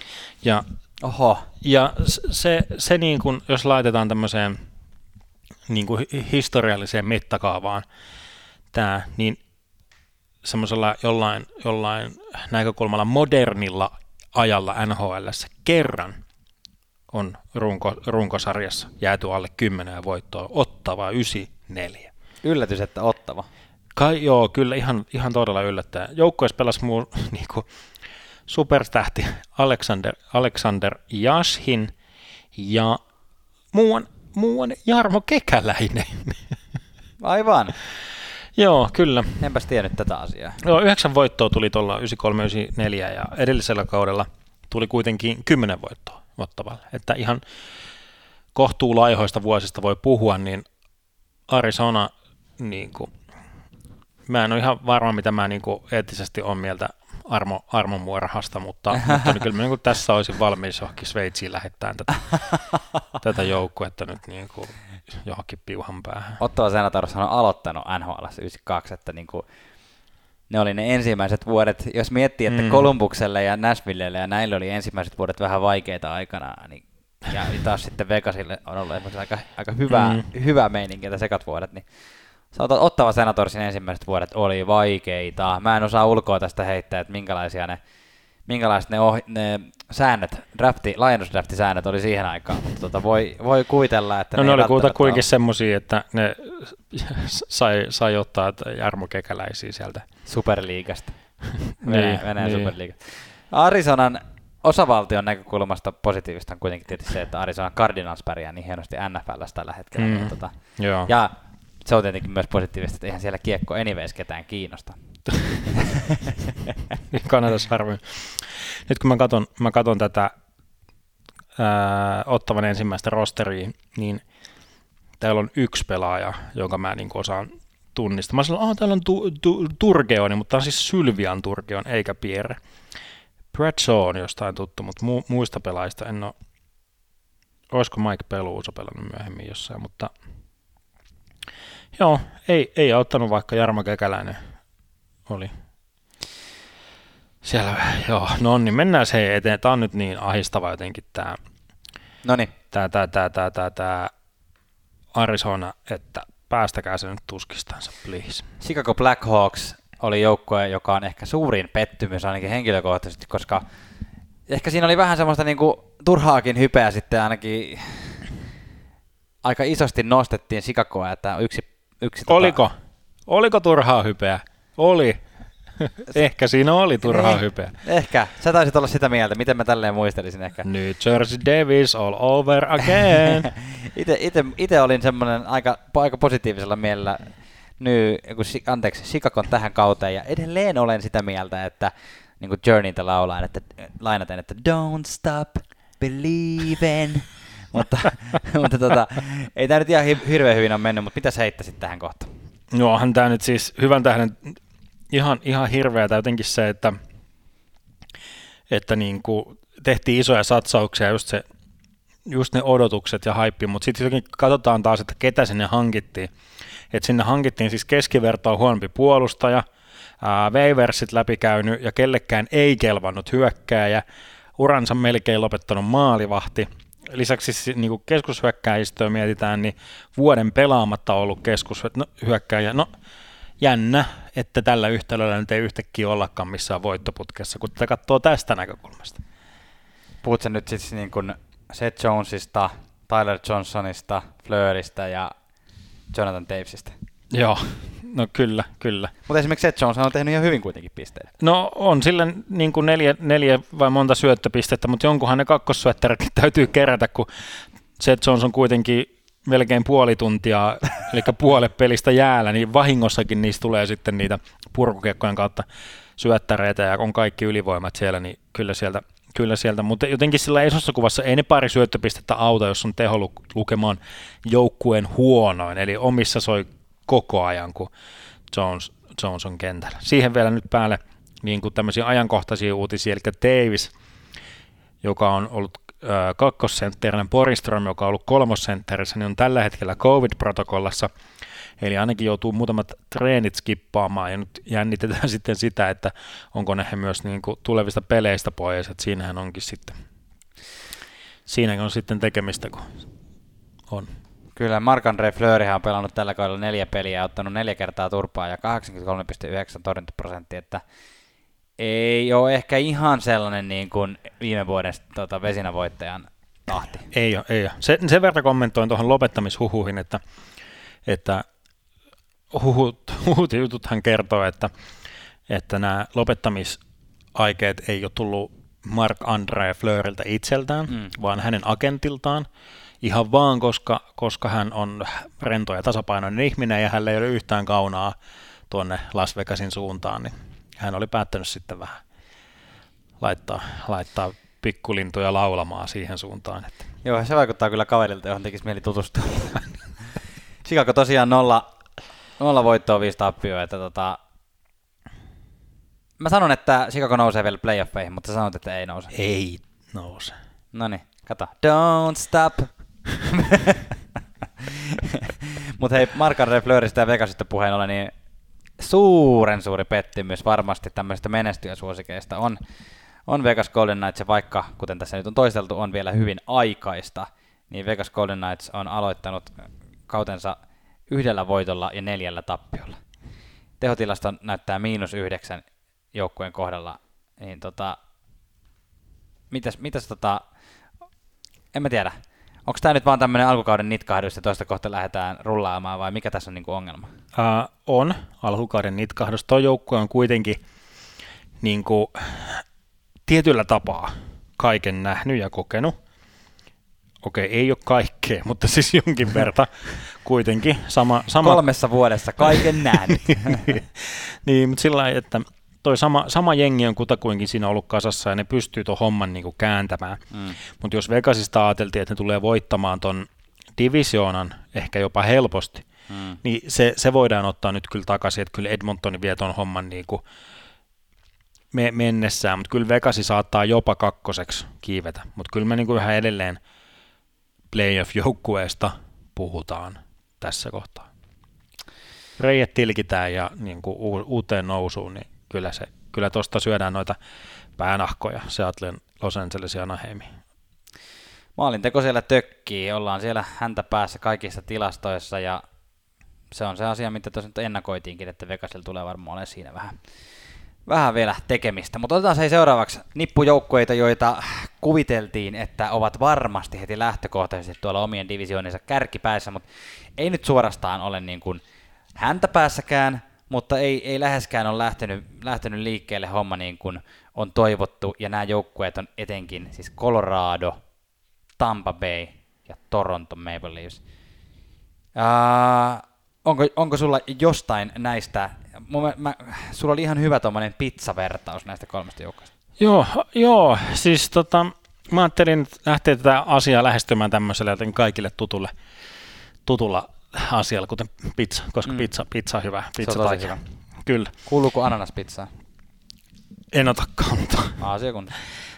Speaker 2: Ja se niin kuin, jos laitetaan tämmöiseen niin kuin historialliseen mittakaavaan tämä, niin semmoisella jollain näkökulmalla modernilla ajalla NHL:ssä kerran on runkosarjassa jääty alle 10 voittoa, Ottava 9-4.
Speaker 3: Yllätys, että Ottava.
Speaker 2: Joo, kyllä ihan todella yllättäen. Joukkueessa pelasi muu niinku supertähti Alexander Jashin ja muuan Jarmo Kekäläinen.
Speaker 3: Aivan.
Speaker 2: Joo, kyllä.
Speaker 3: Enpäs tiennyt tätä asiaa.
Speaker 2: Joo, 9 voittoa tuli tuolla 93-94 ja edellisellä kaudella tuli kuitenkin 10 voittoa Ottavalle. Että ihan kohtuulaihoista vuosista voi puhua, niin Arizona, niin kuin, mä en ole ihan varma, mitä mä niin kuin eettisesti olen mieltä Armon Muorahasta, mutta niin kyllä niin kuin tässä olisin valmis johonkin Sveitsiin lähettämään tätä joukkuetta nyt niin kuin johonkin piuhan päähän.
Speaker 3: Ottava Senators on aloittanut NHL:ssä 92, että niin kuin ne oli ne ensimmäiset vuodet, jos miettii, että Columbukselle ja Nashvillelle ja näille oli ensimmäiset vuodet vähän vaikeita aikana, niin, ja taas sitten Vegasille on ollut aika hyvä meininki, että sekat vuodet, niin Ottava Senatorsin ensimmäiset vuodet oli vaikeita. Mä en osaa ulkoa tästä heittää, että minkälaiset ne säännöt, laajennusdraftisäännöt oli siihen aikaan, mutta voi kuvitella, että
Speaker 2: ne oli kuitenkin semmoisia, että ne sai ottaa Jarmo Kekäläisiä sieltä
Speaker 3: Superliigasta. Venäjän Superliigasta. Arizonan osavaltion näkökulmasta positiivista on kuitenkin tietysti se, että Arizona Cardinals pärjää niin hienosti NFL:ssä tällä hetkellä. Ja se on tietenkin myös positiivista, että eihän siellä kiekko anyways ketään kiinnosta.
Speaker 2: Kanadassa harvoin. Nyt kun mä katon tätä Ottavan ensimmäistä rosteria, niin täällä on 1 pelaaja, jonka mä niin osaan tunnistaa. Mä sanoin, että täällä on Turgeoni, mutta tämä on siis Sylvian Turgeon, eikä Pierre. Bradshaw on jostain tuttu, mutta muista pelaajista en ole. Olisiko Mike Peluuso pelannut myöhemmin jossain, mutta joo, ei auttanut, vaikka Jarmo Kekäläinen oli siellä. Joo, no niin, mennään se eteen. Tämä on nyt niin ahistava jotenkin tämä Arizona, että päästäkää se nyt tuskistansa, please.
Speaker 3: Chicago Blackhawks oli joukkue, joka on ehkä suurin pettymys ainakin henkilökohtaisesti, koska ehkä siinä oli vähän semmoista niinku turhaakin hypeä sitten ainakin aika isosti nostettiin Chicagoa, että yksi
Speaker 2: Oliko turhaa hypeä? Oli. Ehkä siinä oli turhaa hypeä.
Speaker 3: Ehkä. Sä taisit olla sitä mieltä. Miten mä tälleen muistelisin ehkä?
Speaker 2: New Jersey Devils all over again.
Speaker 3: Itse olin semmoinen aika positiivisella mielellä Chicagon tähän kauteen, ja edelleen olen sitä mieltä, että niin kuin Journeyta lainaten, että don't stop believing, mutta ei tämä nyt ihan hirveän hyvin ole mennyt, mutta mitä sä heittäisit tähän kohtaan?
Speaker 2: No onhan tämä nyt siis hyvän tähden ihan hirveätä jotenkin se, että niin kuin tehtiin isoja satsauksia, just ne odotukset ja haippi, mutta sitten jotenkin katsotaan taas, että ketä sinne hankittiin. Että sinne hankittiin siis keskivertoa huonompi puolustaja, waiversit läpikäynyt ja kellekään ei kelvannut hyökkääjä, uransa melkein lopettanut maalivahti. Lisäksi siis, niin kuin keskushyökkääjistöä mietitään, niin vuoden pelaamatta ollut keskushyökkääjä. No jännä, että tällä yhtälöllä nyt ei yhtäkkiä ollakaan missään voittoputkessa, kun tätä katsoo tästä näkökulmasta.
Speaker 3: Puhutko nyt siis niin kuin Seth Jonesista, Tyler Johnsonista, Fleuristä ja Jonathan Davesista?
Speaker 2: Joo, no kyllä.
Speaker 3: Mutta esimerkiksi Seth Jones on tehnyt ihan hyvin kuitenkin pisteitä.
Speaker 2: No on sillä niin kuin neljä vai monta syöttöpistettä, mutta jonkunhan ne kakkossyöttäräkin täytyy kerätä, kun Seth Jones on kuitenkin melkein puoli tuntia, eli puolet pelistä jäällä, niin vahingossakin niistä tulee sitten niitä purkukiekkojen kautta syöttäreitä ja on kaikki ylivoimat siellä, niin kyllä sieltä, mutta jotenkin sillä isossa kuvassa ei ne pari syöttöpistettä auta, jos on teho lukemaan joukkueen huonoin, eli omissa soi koko ajan, kun Jones on kentällä. Siihen vielä nyt päälle niin kuin tämmöisiä ajankohtaisia uutisia, eli Davis, joka on ollut kakkosentterinä, Borgström, joka on ollut kolmosentterissä, niin on tällä hetkellä COVID-protokollassa, eli ainakin joutuu muutamat treenit skippaamaan, ja nyt jännitetään sitten sitä, että onko ne myös niin kuin tulevista peleistä pois, että siinähän onkin sitten tekemistä, kun on.
Speaker 3: Kyllä, Marc-André Fleuryhän on pelannut tällä kaudella 4 peliä ja ottanut 4 kertaa turpaa ja 83,9 torjuntaprosenttia, että ei ole ehkä ihan sellainen niin kuin viime vuoden vesinävoittajan tahti.
Speaker 2: Ei ole. Sen verran kommentoin tuohon lopettamishuhuihin, että huhut ja jututhan kertoo, että nämä lopettamisaikeet ei ole tullut Marc-André Fleuriltä itseltään, vaan hänen agentiltaan. Ihan vaan, koska hän on rento ja tasapainoinen ihminen ja hänellä ei ole yhtään kaunaa tuonne Las Vegasin suuntaan, niin hän oli päättänyt sitten vähän laittaa pikkulintuja laulamaan siihen suuntaan. Että.
Speaker 3: Joo, se vaikuttaa kyllä kaverilta, johon tekisi mieli tutustua. Chicago tosiaan 0 voittoa, 5 tappioa. Mä sanon, että Chicago nousee vielä playoffeihin, mutta sä sanot, että ei nouse.
Speaker 2: Ei nouse.
Speaker 3: Noniin, kato. Don't stop. Mutta hei, Marc-André Fleuristä ja Vegasista puheen ollen, niin suuren suuri pettymys varmasti tämmöisistä menestyjäsuosikeista on Vegas Golden Knights, ja vaikka, kuten tässä nyt on toisteltu, on vielä hyvin aikaista, niin Vegas Golden Knights on aloittanut kautensa 1 voitolla ja 4 tappiolla. Tehotilasto näyttää -9 joukkueen kohdalla, niin mitäs en mä tiedä. Onko tämä nyt vaan tämmöinen alkukauden nitkahdus ja toista kohta lähdetään rullaamaan vai mikä tässä on niinku ongelma?
Speaker 2: On alkukauden nitkahdus. Tuo joukkue on kuitenkin niinku tietyllä tapaa kaiken nähnyt ja kokenut. Okei, ei ole kaikkea, mutta siis jonkin verran kuitenkin. Sama
Speaker 3: 3 vuodessa kaiken nähnyt.
Speaker 2: Niin, mutta sillä lailla, että toi sama jengi on kutakuinkin siinä ollut kasassa ja ne pystyy tuon homman niinku kääntämään. Mutta jos Vegasista ajateltiin, että ne tulee voittamaan ton divisioonan ehkä jopa helposti, niin se voidaan ottaa nyt kyllä takaisin, että kyllä Edmonton vie ton homman niinku mennessään, mutta kyllä Vegasi saattaa jopa 2. kiivetä, mutta kyllä me niinku yhä edelleen playoff-joukkueesta puhutaan tässä kohtaa. Reijät tilkitään ja niinku uuteen nousuun, niin kyllä tuosta syödään noita päänahkoja Seattlen, Los Angeles ja Anaheimiin.
Speaker 3: Maalinteko siellä tökkii, ollaan siellä häntä päässä kaikissa tilastoissa ja se on se asia, mitä tuossa nyt ennakoitiinkin, että Vegasilla tulee varmaan olemaan siinä vähän vielä tekemistä. Mutta otetaan se seuraavaksi nippujoukkueita, joita kuviteltiin, että ovat varmasti heti lähtökohtaisesti tuolla omien divisiooninsa kärkipäässä, mutta ei nyt suorastaan ole niin kuin häntä päässäkään, mutta ei läheskään ole lähtenyt liikkeelle homma niin kuin on toivottu, ja nämä joukkueet on etenkin siis Colorado, Tampa Bay ja Toronto Maple Leafs. onko sulla jostain näistä, sulla oli ihan hyvä tuommoinen pizzavertaus näistä 3 joukkoista.
Speaker 2: Joo, siis mä ajattelin että lähteä tätä asiaa lähestymään tämmöisellä joten kaikille tutulla asialla, kuten pizza, koska pizza on hyvä. Pizza on hyvä. Kyllä.
Speaker 3: Kuuluuko ananaspizzaa?
Speaker 2: En ota kantaa.
Speaker 3: Asiakunta.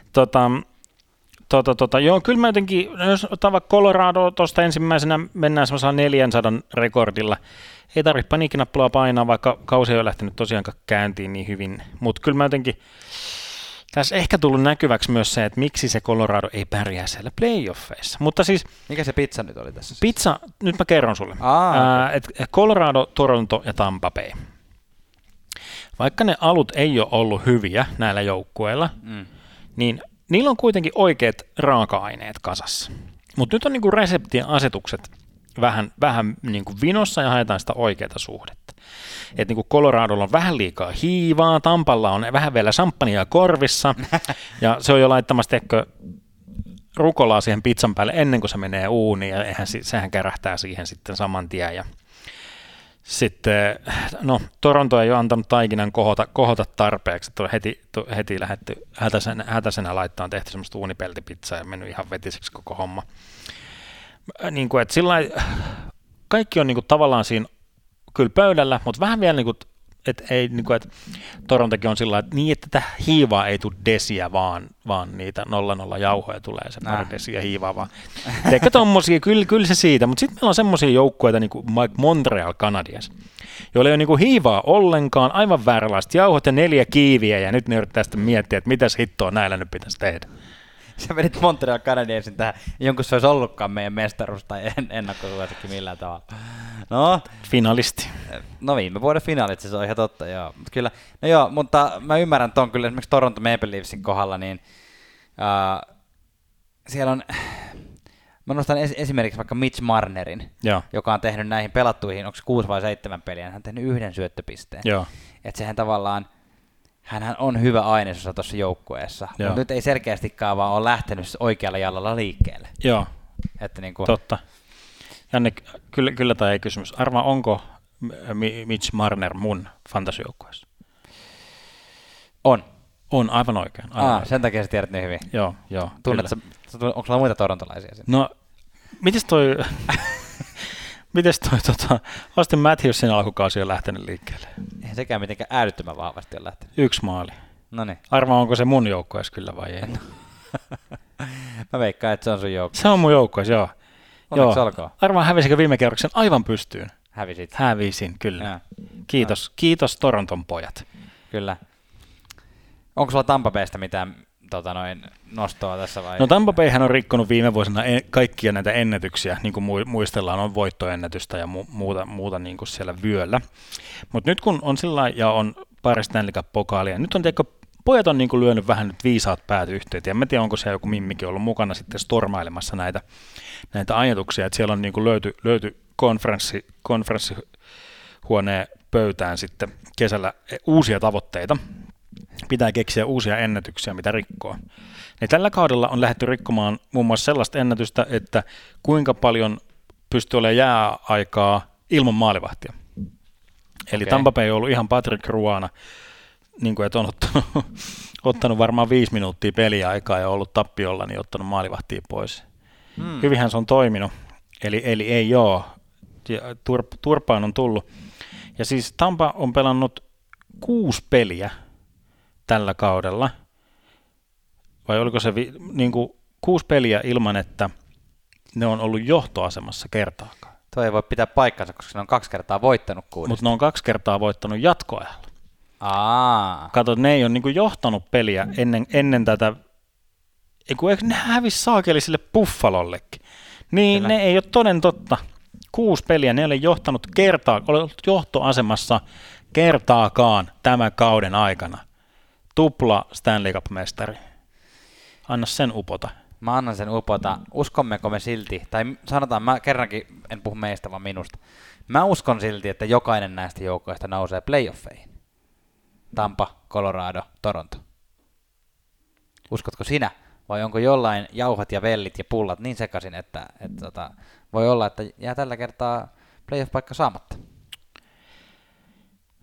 Speaker 2: Joo, kyllä mä jotenkin, jos otan vaikka Colorado tuosta ensimmäisenä, mennään semmoisella 400 rekordilla. Ei tarvitse paniikkinappulaa painaa, vaikka kausi ei ole lähtenyt tosiaankaan käyntiin niin hyvin. Mutta kyllä mä jotenkin, tässä ehkä tullut näkyväksi myös se, että miksi se Colorado ei pärjää siellä playoffeissa. Mutta siis,
Speaker 3: mikä se pizza nyt oli tässä?
Speaker 2: Pizza, nyt mä kerron sulle. Et Colorado, Toronto ja Tampa Bay. Vaikka ne alut ei ole ollut hyviä näillä joukkueilla, niin niillä on kuitenkin oikeat raaka-aineet kasassa. Mutta nyt on niinku reseptien asetukset vähän niinku vinossa ja haetaan sitä oikeaa suhdetta. Et niinku Coloradolla on vähän liikaa hiivaa, Tampalla on vähän vielä samppania korvissa, ja se on jo laittamassa rukolaa siihen pizzan päälle ennen kuin se menee uuniin, ja sehän kärähtää siihen sitten saman tien. Ja sitten, Toronto ei ole antanut taikinan kohota tarpeeksi, että on heti lähdetty hätäisenä laittaa, tehty semmoista uunipeltipizzaa ja mennyt ihan vetiseksi koko homma. Niin kuin, että kaikki on niin kuin tavallaan siinä kyllä pöydällä, mutta vähän vielä, niin kuin, että Torontokin on sillä että että hiivaa ei tule desiä, vaan niitä 0-0 jauhoja tulee, se pari desiä hiivaa vaan. Ehkä tommosia, kyllä se siitä, mutta sitten meillä on semmoisia joukkueita, niin kuin Montreal Canadiens, joilla ei ole niin kuin hiivaa ollenkaan, aivan vääränlaiset jauhot ja 4 kiiviä, ja nyt ne yrittää sitten miettiä, että mitäs hittoa näillä nyt pitäisi tehdä.
Speaker 3: Sä menit Montreal Canadiensin tähän, jonkun se olisi ollutkaan meidän mestaruus tai ennakkosuosikki millään tavalla. No,
Speaker 2: finalisti.
Speaker 3: No viime vuoden finaalit, se on ihan totta, joo. Kyllä, no joo, mutta mä ymmärrän ton kyllä esimerkiksi Toronto Maple Leafsin kohdalla, niin siellä on, mä nostan esimerkiksi vaikka Mitch Marnerin, joka on tehnyt näihin pelattuihin, onko se 6 vai 7 peliä, hän on tehnyt 1 syöttöpisteen.
Speaker 2: Joo.
Speaker 3: Että sehän tavallaan, hänhän on hyvä ainesosa tuossa joukkueessa, mutta nyt ei selkeästikään vaan ole lähtenyt oikealla jalalla liikkeelle.
Speaker 2: Joo,
Speaker 3: että niin kuin
Speaker 2: totta. Janne, kyllä tai ei kysymys. Arvaa, onko Mitch Marner mun fantasijoukkueessa? On, aivan oikein.
Speaker 3: Sen takia sä tiedät niin hyvin.
Speaker 2: Joo.
Speaker 3: Onko sulla muita torontolaisia siinä?
Speaker 2: No, mites toi Austin Matthewsin alkukausi on lähtenyt liikkeelle?
Speaker 3: Eihän sekään mitenkään älyttömän vahvasti ole lähtenyt.
Speaker 2: 1 maali.
Speaker 3: Noniin.
Speaker 2: Arvaa, onko se mun joukkueessa kyllä vai ei?
Speaker 3: Mä veikkaan, että se on sun joukkueessa.
Speaker 2: Se on mun joukkueessa, joo.
Speaker 3: Onneksi olkoon.
Speaker 2: Arvaa, hävisikö viime kerroksen aivan pystyyn?
Speaker 3: Hävisin,
Speaker 2: kyllä. Kiitos Toronton pojat.
Speaker 3: Kyllä. Onko sulla Tampa Baysta mitään nostoa tässä vai?
Speaker 2: No Tampa Bayhän on rikkonut viime vuosina kaikkia näitä ennätyksiä, niin kuin muistellaan, on voittoennätystä ja muuta niin kuin siellä vyöllä. Mutta nyt kun on sillä ja on pari Stanley Cup-pokaalia, nyt on pojat on niin kuin lyönyt vähän nyt viisaat päät yhteen. En mä tiedä, onko siellä joku mimmikin ollut mukana sitten stormailemassa näitä ajatuksia, että siellä on niin kuin löyty konferenssihuoneen pöytään sitten kesällä uusia tavoitteita. Pitää keksiä uusia ennätyksiä, mitä rikkoo. Ja tällä kaudella on lähdetty rikkomaan muun muassa sellaista ennätystä, että kuinka paljon pystyy olemaan jääaikaa ilman maalivahtia. Eli Tampa Bay on ollut ihan Patrick Ruana, niin kuin, että on ottanut varmaan 5 minuuttia peliaikaa ja ollut tappiolla, niin ottanut maalivahtia pois. Hyvinhän se on toiminut, eli ei ole. Turpaan on tullut. Ja siis Tampa on pelannut 6 peliä tällä kaudella, vai oliko se 6 peliä ilman, että ne on ollut johtoasemassa kertaakaan.
Speaker 3: Tuo ei voi pitää paikkansa, koska ne on 2 kertaa voittanut 6.
Speaker 2: Mutta ne on 2 kertaa voittanut jatkoajalla. Kato, ne ei ole johtanut peliä ennen tätä, eikö ne hävisi saakeli sille Buffalollekin. Niin kyllä. Ne ei ole toden totta. 6 peliä, ne ei ole johtanut johtoasemassa kertaakaan tämän kauden aikana. Tupla Stanley Cup-mestari. Anna sen upota.
Speaker 3: Mä annan sen upota. Uskommeko me silti, tai sanotaan, mä kerrankin en puhu meistä, vaan minusta. Mä uskon silti, että jokainen näistä joukoista nousee playoffeihin. Tampa, Colorado, Toronto. Uskotko sinä? Vai onko jollain jauhat ja vellit ja pullat niin sekaisin, että voi olla, että jää tällä kertaa playoff-paikka saamatta?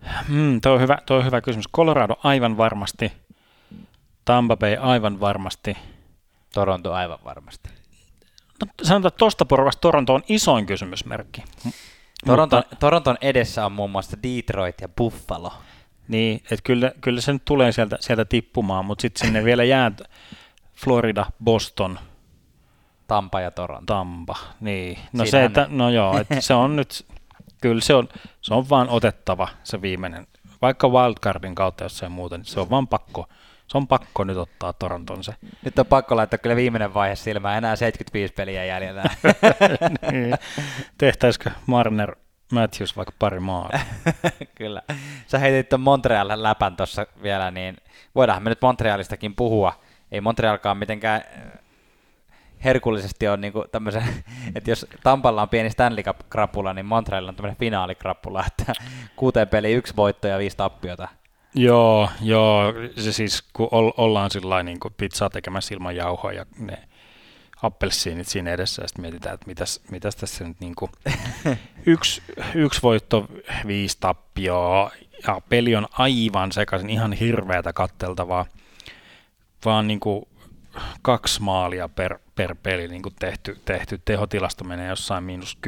Speaker 2: Toi on hyvä kysymys. Colorado aivan varmasti, Tampa Bay aivan varmasti.
Speaker 3: Toronto aivan varmasti.
Speaker 2: No, sanotaan, että tuosta porukasta Toronto on isoin kysymysmerkki.
Speaker 3: Toronton edessä on muun muassa Detroit ja Buffalo.
Speaker 2: Niin, että kyllä se nyt tulee sieltä tippumaan, mutta sitten sinne vielä jää Florida, Boston,
Speaker 3: Tampa ja Toronto.
Speaker 2: Tampa, niin. No se, että, no joo, että se on nyt, kyllä se on vaan otettava se viimeinen, vaikka wildcardin kautta jossain muuta, niin se on vaan pakko. Se on pakko nyt ottaa Toronton se.
Speaker 3: Nyt on pakko laittaa kyllä viimeinen vaihe silmään, enää 75 peliä jäljellä.
Speaker 2: Niin. Tehtäisikö Marner Matthews vaikka pari maalia?
Speaker 3: Kyllä. Sä heitit ton Montrealin läpän tuossa vielä, niin voidaanhan me nyt Montrealistakin puhua. Ei Montrealkaan mitenkään herkullisesti ole niinku tämmöisen, että jos Tampalla on pieni Stanley Cup-krapula, niin Montrealilla on tämmöinen finaalikrapula, että 6 peliä 1 voitto ja 5 tappiota.
Speaker 2: Joo, se siis kun ollaan sillain niin kuin pizzaa tekemässä ilman jauhoa ja ne appelsiinit siinä edessä ja sitten mietitään, että mitäs tässä nyt niin kuin yksi voitto, 5 tappioa ja peli on aivan sekaisin, ihan hirveätä katteltavaa, vaan niin kuin 2 maalia per peli niin kuin tehty, tehotilasto menee jossain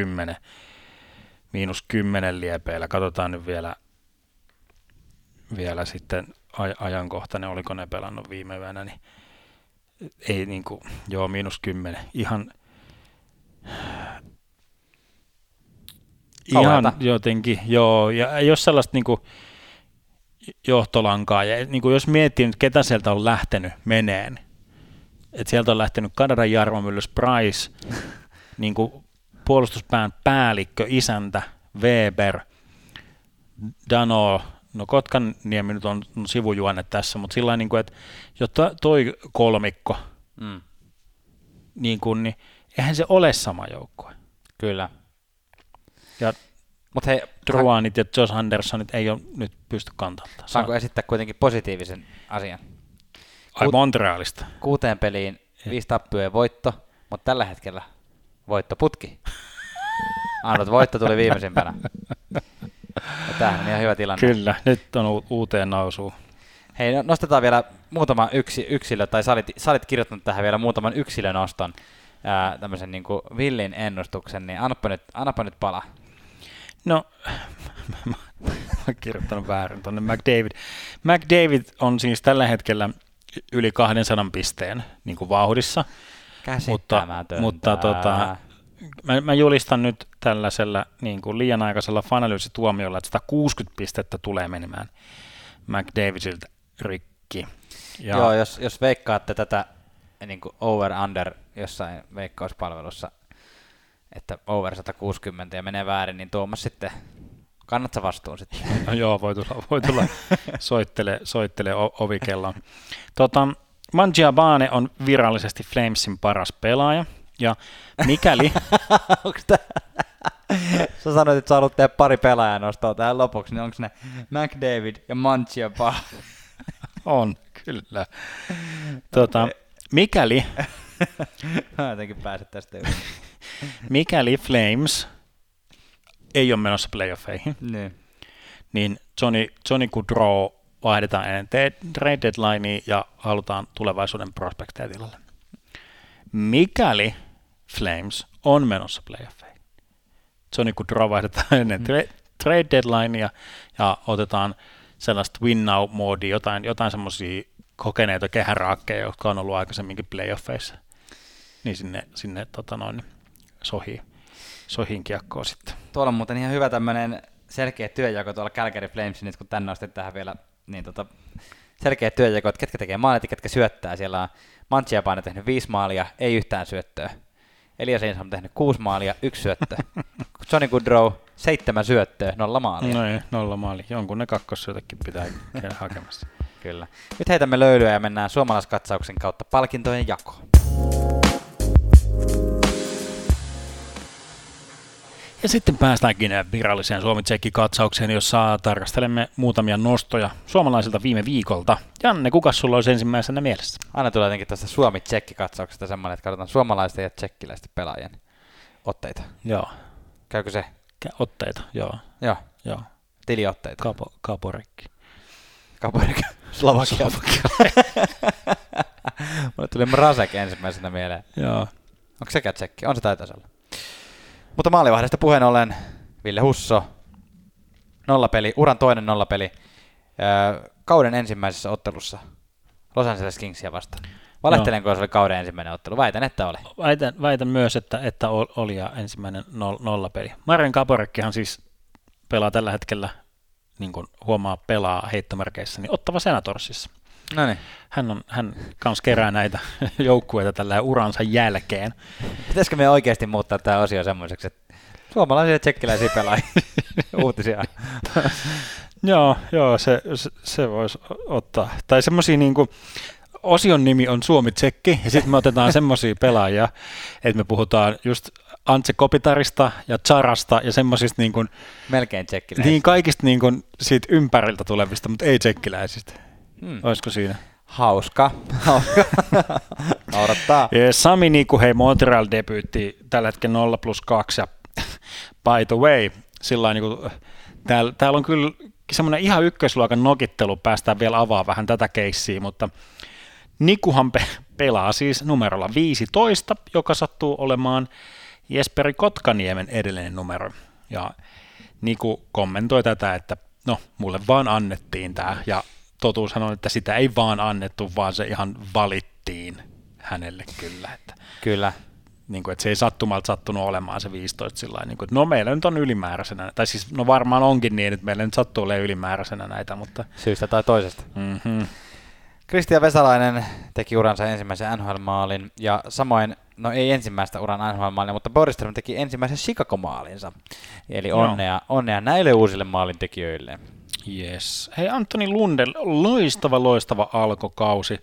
Speaker 2: -10 liepeillä, katsotaan nyt vielä sitten ajankohtainen, oliko ne pelannut viime yönä, niin ei niinku, joo, -10, ihan jotenkin, joo, ja jos sellaista niinku johtolankaa, ja niinku jos miettii nyt, ketä sieltä on lähtenyt meneen, että sieltä on lähtenyt Kanadan Jarmo Myllys Price, niinku puolustuspään päällikkö, isäntä, Weber, Dano. No Kotkaniemi nyt on sivujuonne tässä, mutta sillä tavalla, että jotta toi kolmikko, niin eihän se ole sama joukkue.
Speaker 3: Kyllä.
Speaker 2: Ja
Speaker 3: mut hei,
Speaker 2: Drouinit ja Josh Andersonit ei ole nyt pysty kantamaan.
Speaker 3: Saanko esittää kuitenkin positiivisen asian?
Speaker 2: Montrealista.
Speaker 3: 6 peliin 5 tappioa ja voitto, mutta tällä hetkellä voittoputki. Ainut voitto tuli viimeisimpänä. Tämähän on ihan hyvä tilanne.
Speaker 2: Kyllä, nyt on uuteen nousuun.
Speaker 3: Hei, nostetaan vielä muutama yksilö, tai sä olit kirjoittanut tähän vielä muutaman yksilönoston, tämmöisen niin kuin villin ennustuksen, niin annapa nyt pala.
Speaker 2: No, mä oon kirjoittanut väärin tuonne McDavid. McDavid on siis tällä hetkellä yli 200 pisteen niin kuin vauhdissa.
Speaker 3: Käsittämätöntä.
Speaker 2: Mutta mä julistan nyt tällaisella niin kuin liian aikaisella fanalyysituomiolla, että 160 pistettä tulee menemään McDavidiltä rikki. Ja
Speaker 3: joo, jos veikkaatte tätä niin kuin over-under jossain veikkauspalvelussa, että over 160 ja menee väärin, niin Tuomas sitten, kannatko vastuun sitten?
Speaker 2: No joo, voi tulla soittele ovikelloon. Mangiapane on virallisesti Flamesin paras pelaaja. Ja mikäli...
Speaker 3: Sä sanoit, että sä haluat tehdä pari pelaajaa nostoa tähän lopuksi, niin onko ne McDavid ja Mangiapane?
Speaker 2: On, kyllä. Mikäli...
Speaker 3: Mä jotenkin pääset tästä yli.
Speaker 2: Mikäli Flames ei ole menossa playoffeihin, niin Johnny Gaudreau vaihdetaan ennen trade deadlinea ja halutaan tulevaisuuden prospekteja tilalle. Mikäli Flames on menossa playoffeihin, Johnny Gaudreau vaihdetaan ennen trade deadlinea ja otetaan sellaista win now-moodia, jotain semmoisia kokeneita kehäraakkeja, jotka on ollut aikaisemminkin playoffeissa, niin sinne sohiin kiekkoon sitten.
Speaker 3: Tuolla on muuten ihan hyvä tämmöinen selkeä työjako tuolla Calgary Flamesin, kun tänne nostit tähän vielä niin selkeä työjako, että ketkä tekee maalit ja ketkä syöttää. Siellä on Mangiapane tehnyt 5 maalia, ei yhtään syöttöä. Elias Ensom on tehnyt 6 maalia, 1 syöttö. Johnny Gaudreau 7 syöttöä, 0 maalia.
Speaker 2: No ei, 0 maalia. Jonkun ne kakkossyötäkin pitää käydä hakemassa.
Speaker 3: Kyllä. Nyt heitämme löylyä ja mennään suomalaiskatsauksen kautta palkintojen jakoon.
Speaker 2: Ja sitten päästäänkin viralliseen Suomi-Tsekki-katsaukseen, jossa tarkastelemme muutamia nostoja suomalaisilta viime viikolta. Janne, kukas sulla olisi ensimmäisenä mielessä?
Speaker 3: Aina tulee jotenkin tuosta Suomi-Tsekki-katsauksesta semmoinen, että katsotaan suomalaisten ja tsekkiläisten pelaajien otteita.
Speaker 2: Joo.
Speaker 3: Käykö se?
Speaker 2: Otteita, joo.
Speaker 3: Joo. tiliotteita.
Speaker 2: Kaporekki.
Speaker 3: Kaporekki. Slovakia. Mulle tuli Mrazek ensimmäisenä mieleen.
Speaker 2: Joo.
Speaker 3: Onko sekä tsekki? On se taitaisi olla. Mutta maalivahdesta puheen ollen Ville Husso. Nollapeli, uran toinen nollapeli. Kauden ensimmäisessä ottelussa Los Angeles Kingsia vastaan. Valehtelenko, se oli kauden ensimmäinen ottelu? Väitän, että oli.
Speaker 2: Väitän myös, että oli ja ensimmäinen nollapeli. Marin Kaporekkihan siis pelaa tällä hetkellä, niin kuin huomaa, pelaa heittomerkeissä, niin Ottava Senatorsissa.
Speaker 3: Noniin.
Speaker 2: Hän kans kerää näitä joukkueita tällä uransa jälkeen.
Speaker 3: Pitäisikö me oikeasti muuttaa tämä osio semmoiseksi, että suomalaisia ja tsekkiläisiä pelaajia uutisia?
Speaker 2: Joo, se voisi ottaa. Tai semmoisia niinku, osion nimi on Suomi-tsekki, ja sitten me otetaan semmoisia pelaajia, että me puhutaan just Antse Kopitarista ja Charasta ja semmoisista niin kuin,
Speaker 3: melkein tsekkiläisistä.
Speaker 2: Niin kaikista niin kuin siitä ympäriltä tulevista, mutta ei tsekkiläisistä. Olisiko siinä?
Speaker 3: Hauska. Naurattaa.
Speaker 2: Sami Niku, hei, Montreal debyytti tällä hetkellä 0+2 ja by the way, sillain, niin kuin, täällä on kyllä semmoinen ihan ykkösluokan nokittelu, päästään vielä avaamaan vähän tätä keissiä, mutta Nikuhan pelaa siis numerolla 15, joka sattuu olemaan Jesperi Kotkaniemen edellinen numero. Ja Niku kommentoi tätä, että no, mulle vaan annettiin tämä, ja totuushan on, että sitä ei vaan annettu, vaan se ihan valittiin hänelle kyllä. Että,
Speaker 3: kyllä.
Speaker 2: Niin kuin, että se ei sattumalta sattunut olemaan se 15 sillä niin kuin, että no meillä nyt on ylimääräisenä, tai siis no varmaan onkin niin, että meillä nyt sattuu olemaan ylimääräisenä näitä, mutta
Speaker 3: syystä tai toisesta. Mm-hmm. Kristian Vesalainen teki uransa ensimmäisen NHL-maalin, ja samoin, no ei ensimmäistä uran NHL-maalia, mutta Borgström teki ensimmäisen Chicago-maalinsa. Eli onnea näille uusille maalintekijöille.
Speaker 2: Yes. Hei, Antoni Lundell, loistava alkukausi.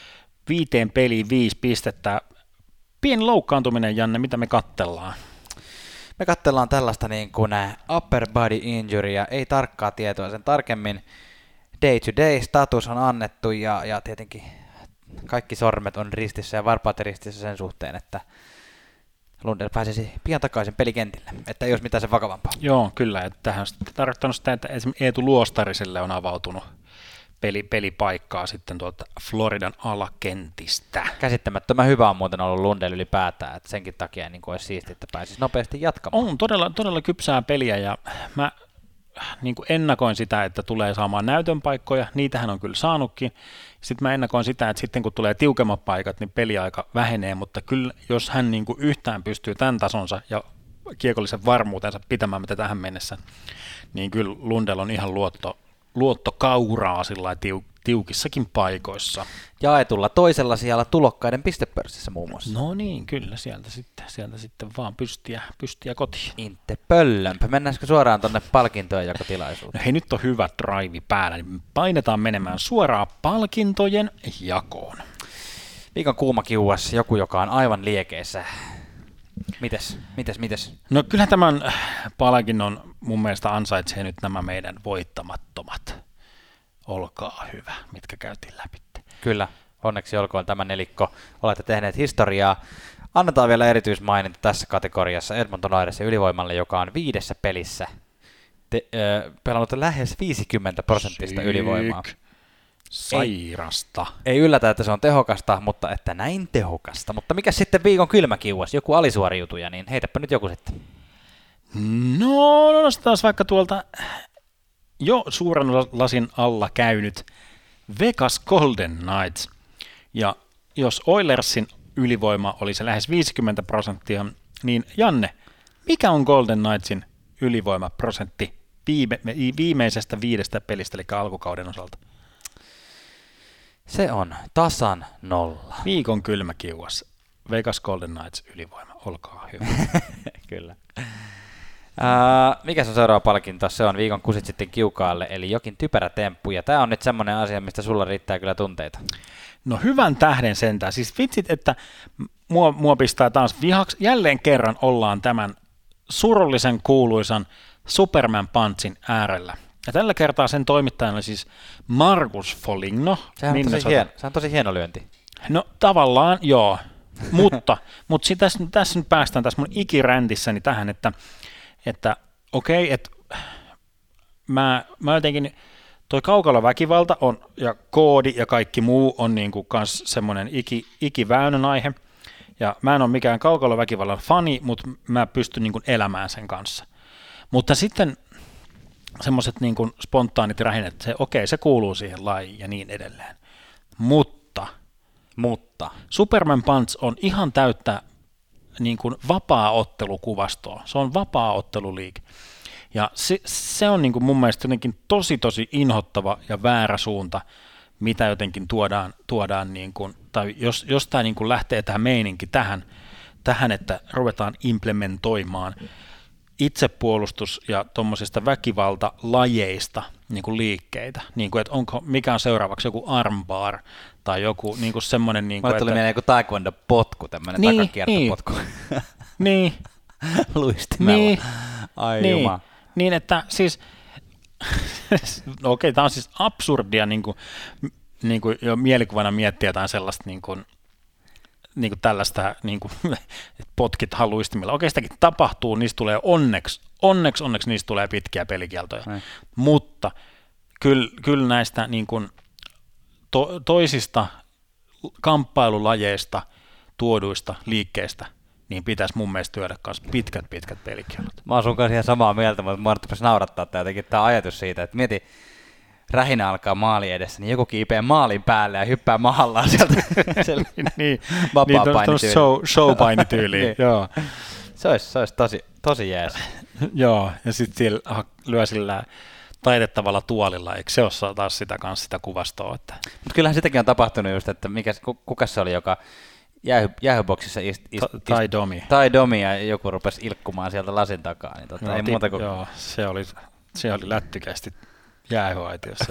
Speaker 2: 5 peliin 5 pistettä. Pieni loukkaantuminen, Janne, mitä me kattellaan?
Speaker 3: Me katsellaan tällaista niin kuin upper body injury, ei tarkkaa tietoa sen tarkemmin. Day-to-day status on annettu ja tietenkin kaikki sormet on ristissä ja varpaat ristissä sen suhteen, että Lundell pääsisi pian takaisin pelikentille, että ei olisi mitään sen vakavampaa.
Speaker 2: Joo, kyllä. Että tähän on tarkoittanut sitä, että esimerkiksi Eetu Luostariselle on avautunut pelipaikkaa sitten tuolta Floridan alakentistä.
Speaker 3: Käsittämättömän hyvä on muuten ollut Lundell ylipäätään, että senkin takia niin olisi siistiä, että pääsisi nopeasti jatkamaan.
Speaker 2: On todella kypsää peliä ja mä niin kuin ennakoin sitä, että tulee saamaan näytön paikkoja, niitähän on kyllä saanutkin. Sitten mä ennakoin sitä, että sitten kun tulee tiukemmat paikat, niin peliaika vähenee, mutta kyllä jos hän niin kuin yhtään pystyy tämän tasonsa ja kiekollisen varmuutensa pitämään mitä tähän mennessä, niin kyllä Lundell on ihan luottokauraa sillä tiukissakin paikoissa.
Speaker 3: Jaetulla toisella sijalla tulokkaiden pistepörssissä muun muassa.
Speaker 2: No niin, kyllä, sieltä sitten vaan pystiä kotiin.
Speaker 3: Inte pöllömpö. Mennäänkö suoraan tuonne palkintojen jakotilaisuuteen?
Speaker 2: Hei, nyt on hyvä drive päällä, niin painetaan menemään suoraan palkintojen jakoon.
Speaker 3: Viikon kuuma kiuas, joku joka on aivan liekeissä. Mites?
Speaker 2: No kyllähän tämän palkinnon mun mielestä ansaitsee nyt nämä meidän voittamattomat. Olkaa hyvä, mitkä käytiin läpi.
Speaker 3: Kyllä, onneksi olkoon tämä nelikko. Olette tehneet historiaa. Annetaan vielä erityismaininta tässä kategoriassa Edmonton Oilersin ylivoimalle, joka on 5 pelissä pelannut lähes 50% ylivoimaa.
Speaker 2: Sairasta.
Speaker 3: Ei yllätä, että se on tehokasta, mutta että näin tehokasta. Mutta mikä sitten viikon kylmäkiuas? Joku alisuoriutuja, niin heitäpä nyt joku sitten.
Speaker 2: No nostetaan vaikka tuolta jo suuren lasin alla käynyt Vegas Golden Knights. Ja jos Oilersin ylivoima oli se lähes 50%, niin Janne, mikä on Golden Knightsin ylivoimaprosentti viimeisestä 5 pelistä, eli alkukauden osalta?
Speaker 3: Se on tasan 0.
Speaker 2: Viikon kylmäkiuas. Vegas Golden Knights ylivoima. Olkaa hyvä.
Speaker 3: Kyllä. Mikä se on seuraava palkinto? Se on viikon kusit sitten kiukaalle, eli jokin typerä temppu. Ja tämä on nyt semmoinen asia, mistä sulla riittää kyllä tunteita.
Speaker 2: No hyvän tähden sentään. Siis vitsit, että mua pistää taas vihaksi. Jälleen kerran ollaan tämän surullisen kuuluisan Superman Punchin äärellä. Ja tällä kertaa sen toimittajana oli siis Markus Foligno.
Speaker 3: Se on tosi hieno lyönti.
Speaker 2: No tavallaan joo, mutta tässä nyt päästään tässä mun ikiräntissäni tähän, että okei, että mä jotenkin, toi kaukaloväkivalta on, ja koodi ja kaikki muu on niinku kans semmoinen ikiväännön aihe, ja mä en ole mikään kaukaloväkivallan fani, mutta mä pystyn niinku elämään sen kanssa. Mutta sitten semmoiset niinku spontaanit rähinet, se kuuluu siihen lajiin ja niin edelleen. Mutta Superman Punch on ihan täyttä niin kuin vapaa-ottelukuvastoa. Se on vapaa-otteluliike. Ja se on niin kuin mun mielestä jotenkin tosi inhottava ja väärä suunta, mitä jotenkin tuodaan niin kuin, tai jos tämä niin kuin lähtee tämä meininki tähän, että ruvetaan implementoimaan itsepuolustus- ja tuommoisista väkivaltalajeista niin kuin liikkeitä, niin kuin, että mikä on seuraavaksi joku armbar tai joku niin kuin semmoinen... Niin
Speaker 3: mulle tuli mieleen joku taekwondo-potku, tämmöinen takakiertopotku.
Speaker 2: Niin.
Speaker 3: Luistimella.
Speaker 2: Niin.
Speaker 3: Ai juma.
Speaker 2: Niin, että siis... Okei, tämä on siis absurdia niin kuin jo mielikuvana miettiä jotain sellaista niin kuin tällaista, niin kuin, että potkitaan luistimilla. Okei, sitäkin tapahtuu, niistä tulee onneksi niistä tulee pitkiä pelikieltoja, mutta kyllä näistä niin kuin, toisista kamppailulajeista tuoduista liikkeistä niin pitäisi mun mielestä työdä myös pitkät pelikielot.
Speaker 3: Mä oon sun kanssa ihan samaa mieltä, mutta mä rupesi naurattaa tämä ajatus siitä, että mieti, rähinä alkaa maali edessä, niin joku kiipeää maalin päälle ja hyppää mahallaan sieltä
Speaker 2: niin,
Speaker 3: vapaa-painityyliin.
Speaker 2: Show-painityyliin, joo.
Speaker 3: Se olisi tosi jees.
Speaker 2: Joo, ja sitten siellä lyö sillä taitettavalla tuolilla, eikö se ole taas sitä kuvastoa? Että...
Speaker 3: Mutta kyllähän sitäkin on tapahtunut just, että kuka se oli, joka jäähyboksissa Tai Domi ja joku rupesi ilkkumaan sieltä lasin takaa. Niin ei muuta kuin...
Speaker 2: Joo, se oli lättykästi jäähyaitiossa.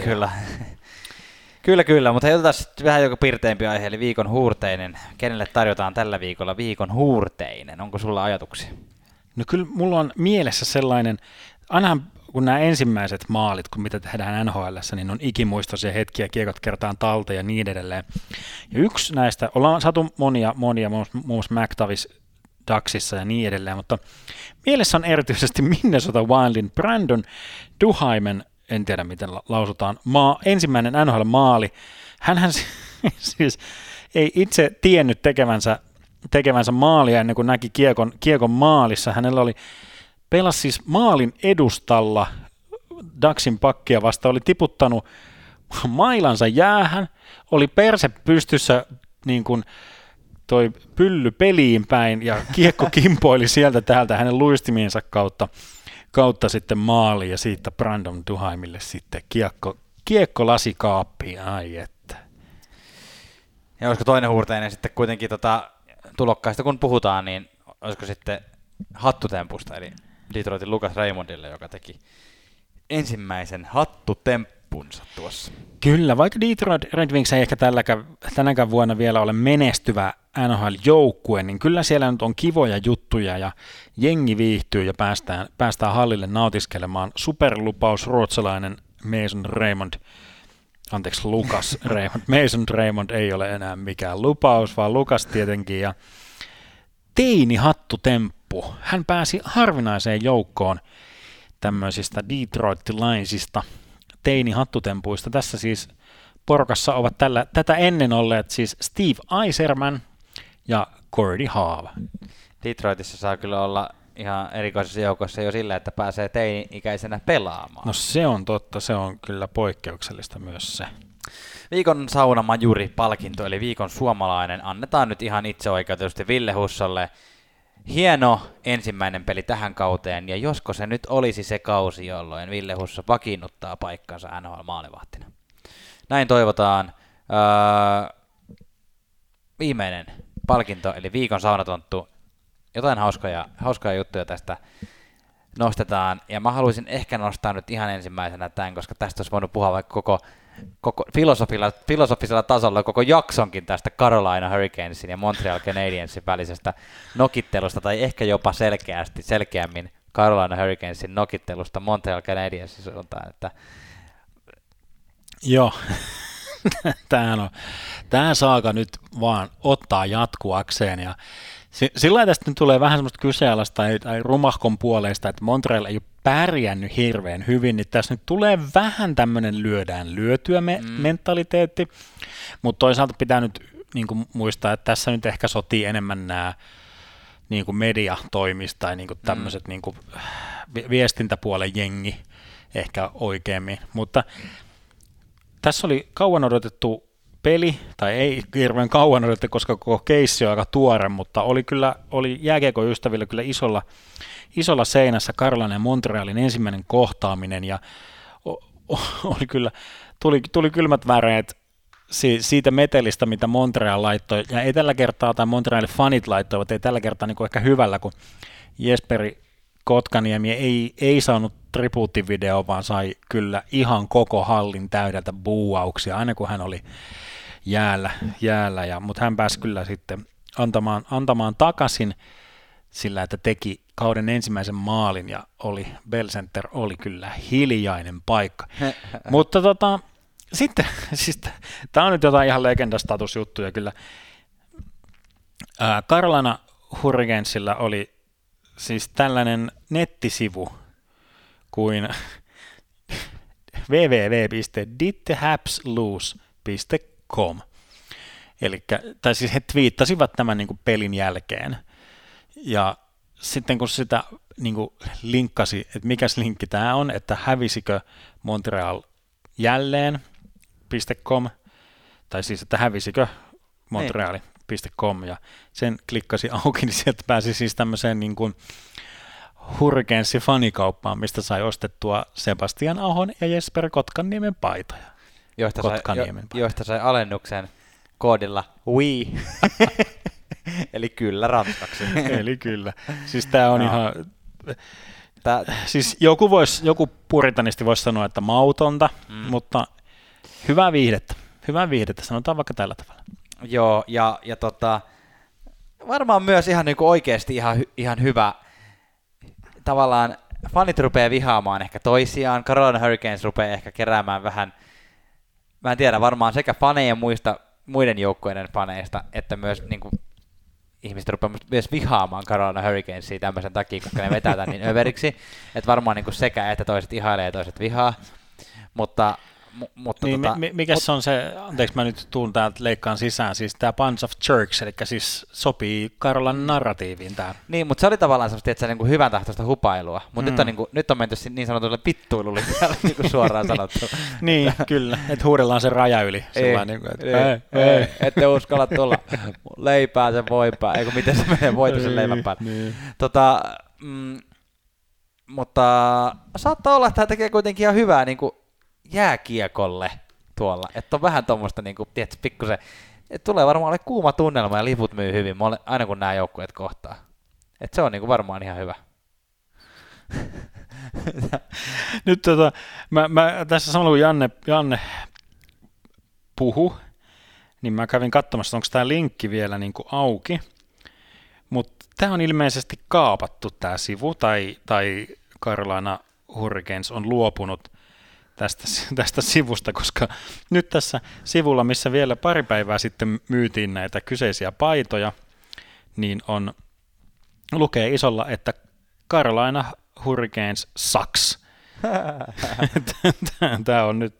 Speaker 3: Kyllä, mutta otetaan sitten vähän joku pirteempi aihe, eli viikon huurteinen. Kenelle tarjotaan tällä viikolla viikon huurteinen? Onko sulla ajatuksia?
Speaker 2: No kyllä mulla on mielessä sellainen, ainahan kun nämä ensimmäiset maalit, kun mitä tehdään NHL:ssä, niin on ikimuistoisia hetkiä, kiekot kertaan talteen ja niin edelleen. Ja yksi näistä, ollaan saatu monia, muun muassa McTavish Ducksissa ja niin edelleen, mutta mielessä on erityisesti Minnesota Wildin Brandon Duhaimen, en tiedä miten lausutaan, ensimmäinen NHL-maali. Hänhän siis ei itse tiennyt tekevänsä maalia ennen kuin näki kiekon maalissa. Hänellä pelasi siis maalin edustalla Ducksin pakkia vasta, oli tiputtanut mailansa jäähän, oli perse pystyssä niin kuin toi pylly peliin päin ja kiekko kimpoili sieltä täältä hänen luistimiensa kautta sitten maaliin ja siitä Brandon Duhaimille sitten kiekko lasikaappiin, ai että.
Speaker 3: Ja olisiko toinen huurteinen sitten kuitenkin tulokkaista kun puhutaan, niin olisiko sitten hattutempusta, eli Detroitin Lucas Raymondille, joka teki ensimmäisen hattutemppunsa tuossa.
Speaker 2: Kyllä, vaikka Detroit Red Wings ei ehkä tänäkään vuonna vielä ole menestyvä NHL-joukkue, niin kyllä siellä nyt on kivoja juttuja ja jengi viihtyy ja päästään hallille nautiskelemaan. Superlupaus ruotsalainen Lucas Raymond. Mason Raymond ei ole enää mikään lupaus, vaan Lucas tietenkin. Ja teini-hattutemppu. Hän pääsi harvinaiseen joukkoon tämmöisistä detroitilaisista teini-hattutempuista. Tässä siis porukassa ovat tätä ennen olleet siis Steve Yzerman ja Gordie Howe.
Speaker 3: Detroitissa saa kyllä olla ihan erikoisessa joukossa jo sillä, että pääsee teini-ikäisenä pelaamaan.
Speaker 2: No se on totta, se on kyllä poikkeuksellista myös se.
Speaker 3: Viikon saunamajuri-palkinto, eli viikon suomalainen, annetaan nyt ihan itseoikeutetusti Ville Hussolle. Hieno ensimmäinen peli tähän kauteen, ja josko se nyt olisi se kausi, jolloin Ville Husso vakiinnuttaa paikkansa NHL-maalivahtina. Näin toivotaan. Viimeinen palkinto, eli viikon saunatonttu. Jotain hauskoja juttuja tästä nostetaan, ja mä haluaisin ehkä nostaa nyt ihan ensimmäisenä tämän, koska tästä olisi voinut puhua vaikka koko filosofisella tasolla koko jaksonkin tästä Carolina Hurricanesin ja Montreal Canadiensin välisestä nokittelusta, tai ehkä jopa selkeämmin Carolina Hurricanesin nokittelusta Montreal Canadiensin suuntaan, että
Speaker 2: joo, tämä saaga nyt vaan ottaa jatkuakseen, ja Sillä tästä nyt tulee vähän semmoista kyseenalaista tai rumahkon puoleista, että Montreal ei ole pärjännyt hirveän hyvin, niin tässä nyt tulee vähän tämmöinen lyödään lyötyä mentaliteetti, mutta toisaalta pitää nyt niin kuin muistaa, että tässä nyt ehkä sotii enemmän nämä niin kuin mediatoimista tai niin kuin tämmöiset niin kuin viestintäpuolen jengi ehkä oikeammin, mutta tässä oli kauan odotettu peli, tai ei hirveän kauan odotettu, koska koko keissi on aika tuore, mutta oli jääkiekon ystävillä kyllä isolla seinässä Carolina ja Montrealin ensimmäinen kohtaaminen, ja oli kyllä, tuli kylmät väreet siitä metelistä, mitä Montreal laittoi, ja ei tällä kertaa, tai Montrealin fanit laittoivat, ei tällä kertaa niin ehkä hyvällä, kun Jesperi Kotkaniemi ei saanut tribuuttivideo, vaan sai kyllä ihan koko hallin täydeltä buuauksia, aina kun hän oli jäällä mutta hän pääsi kyllä sitten antamaan takaisin sillä, että teki kauden ensimmäisen maalin, ja Bell Center oli kyllä hiljainen paikka. Mutta sitten, siis tämä on nyt jotain ihan legendastatusjuttuja kyllä. Carolina Hurricanesilla oli siis tällainen nettisivu kuin www.didthehapslose.com. Tai siis he twiittasivat tämän niin kuin pelin jälkeen, ja sitten kun sitä niin kuin linkkasi, että mikäs linkki tämä on, että hävisikö Montreal jälleen.com, tai siis että hävisikö Montreali.com, ja sen klikkasi auki, niin sieltä pääsi siis tämmöiseen niin kuin Hurricanesin fanikauppaan, mistä sai ostettua Sebastian Ahon ja Jesper Kotkaniemen paitoja.
Speaker 3: Joista sai alennuksen koodilla WE. Eli kyllä ranskaksi.
Speaker 2: Eli kyllä. Siis tää on ihan... Siis joku puritanisti voisi sanoa, että mautonta, mutta hyvää viihdettä, sanotaan vaikka tällä tavalla.
Speaker 3: Joo, ja varmaan myös ihan niinku oikeasti ihan hyvä. Tavallaan fanit rupeaa vihaamaan ehkä toisiaan, Carolina Hurricanes rupeaa ehkä keräämään vähän, mä en tiedä, varmaan sekä fanejen muiden joukkueiden faneista, että myös niinku ihmiset rupeaa myös vihaamaan Carolina Hurricanesia tämmöisen takia, koska ne vetää tämän niin överiksi, että varmaan niinku sekä että toiset ihailee ja toiset vihaa, mutta
Speaker 2: niin, mikäs on se, anteeksi mä nyt tuun täältä leikkaan sisään, siis tämä Bunch of Jerks, eli siis sopii Carolinan narratiiviin tämä.
Speaker 3: Niin, mutta se oli tavallaan semmoista, että se niinku hyvän tahtoista hupailua, mutta nyt on menty niin sanotulle vittuilulle niinku suoraan sanottu.
Speaker 2: Niin, kyllä, että huudellaan se raja yli.
Speaker 3: Ei, ette uskalla tulla leipää sen voipää, eikö miten se menee voita sen leivän päälle. Niin. Mutta saattaa olla, että tämä tekee kuitenkin ihan hyvää niinku jääkiekolle tuolla, että on vähän tuommoista niinku, tiedätkö, pikkusen, että tulee varmaan ole kuuma tunnelma ja liput myy hyvin, aina kun nämä joukkueet kohtaa. Että se on niinku varmaan ihan hyvä.
Speaker 2: Nyt mä tässä samalla kun Janne puhu, niin mä kävin katsomassa, onko tämä linkki vielä niinku auki, mutta tämä on ilmeisesti kaapattu tämä sivu, tai Carolina Hurricanes on luopunut tästä sivusta, koska nyt tässä sivulla, missä vielä pari päivää sitten myytiin näitä kyseisiä paitoja, niin lukee isolla, että Carolina Hurricanes sucks. Tämä on nyt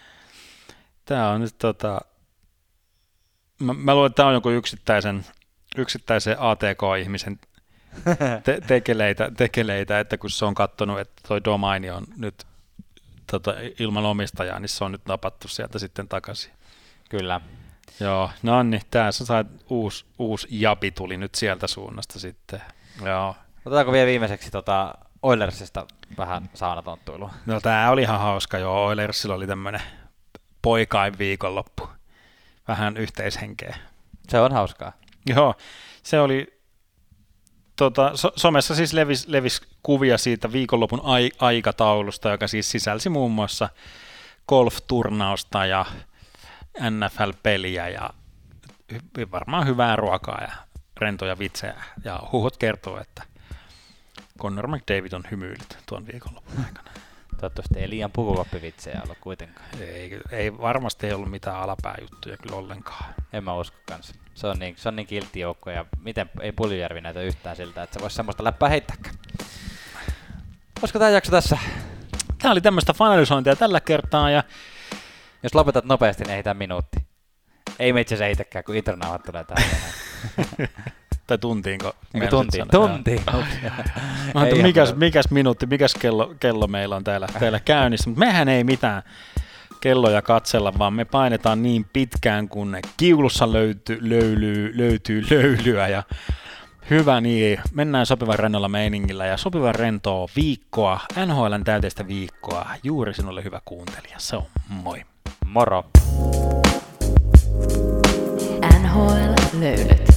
Speaker 2: mä luulen, että tämä on joku yksittäisen ATK-ihmisen tekeleitä, että kun se on katsonut, että toi domaini on nyt ilman omistajaa, niin se on nyt napattu sieltä sitten takaisin.
Speaker 3: Kyllä.
Speaker 2: Joo, no niin, tässä sai uusi jabi tuli nyt sieltä suunnasta sitten. Joo.
Speaker 3: Otetaanko vielä viimeiseksi Oilersista vähän saunatonttuilua?
Speaker 2: No tää oli ihan hauska, joo. Oilersilla oli tämmönen poikain viikonloppu. Vähän yhteishenkeä.
Speaker 3: Se on hauskaa.
Speaker 2: Joo, se oli somessa siis levisi kuvia siitä viikonlopun aikataulusta, joka siis sisälsi muun muassa golf-turnausta ja NFL-peliä ja varmaan hyvää ruokaa ja rentoja vitsejä. Ja huhut kertoo, että Connor McDavid on hymyillyt tuon viikonlopun aikana.
Speaker 3: Toivottavasti ei liian pukukoppivitsejä ollut kuitenkaan.
Speaker 2: Ei varmasti ollut mitään alapääjuttuja kyllä ollenkaan.
Speaker 3: En mä usko kanssa. Se on niin kiltti joukko ja miten ei Puljujärvi näytä yhtään siltä, että se voisi semmoista läppää heittääkään. Olisiko tämä jakso tässä?
Speaker 2: Tämä oli tämmöistä finalisointia tällä kertaa ja
Speaker 3: jos lopetat nopeasti, niin ehditään minuutti. Ei me itse asiassa ehitäkään, kun intronauhat tulee tähän.
Speaker 2: Tai tuntiinko?
Speaker 3: Tuntiin.
Speaker 2: Mikäs minuutti, mikäs kello meillä on täällä käynnissä, mutta mehän ei mitään kelloja katsella, vaan me painetaan niin pitkään, kun kiulussa löytyy löylyä ja hyvä niin, mennään sopivan rennolla meiningillä ja sopivan rentoa viikkoa, NHL:n täyteistä viikkoa, juuri sinulle hyvä kuuntelija, se on moi.
Speaker 3: Moro.
Speaker 1: NHL löydöt.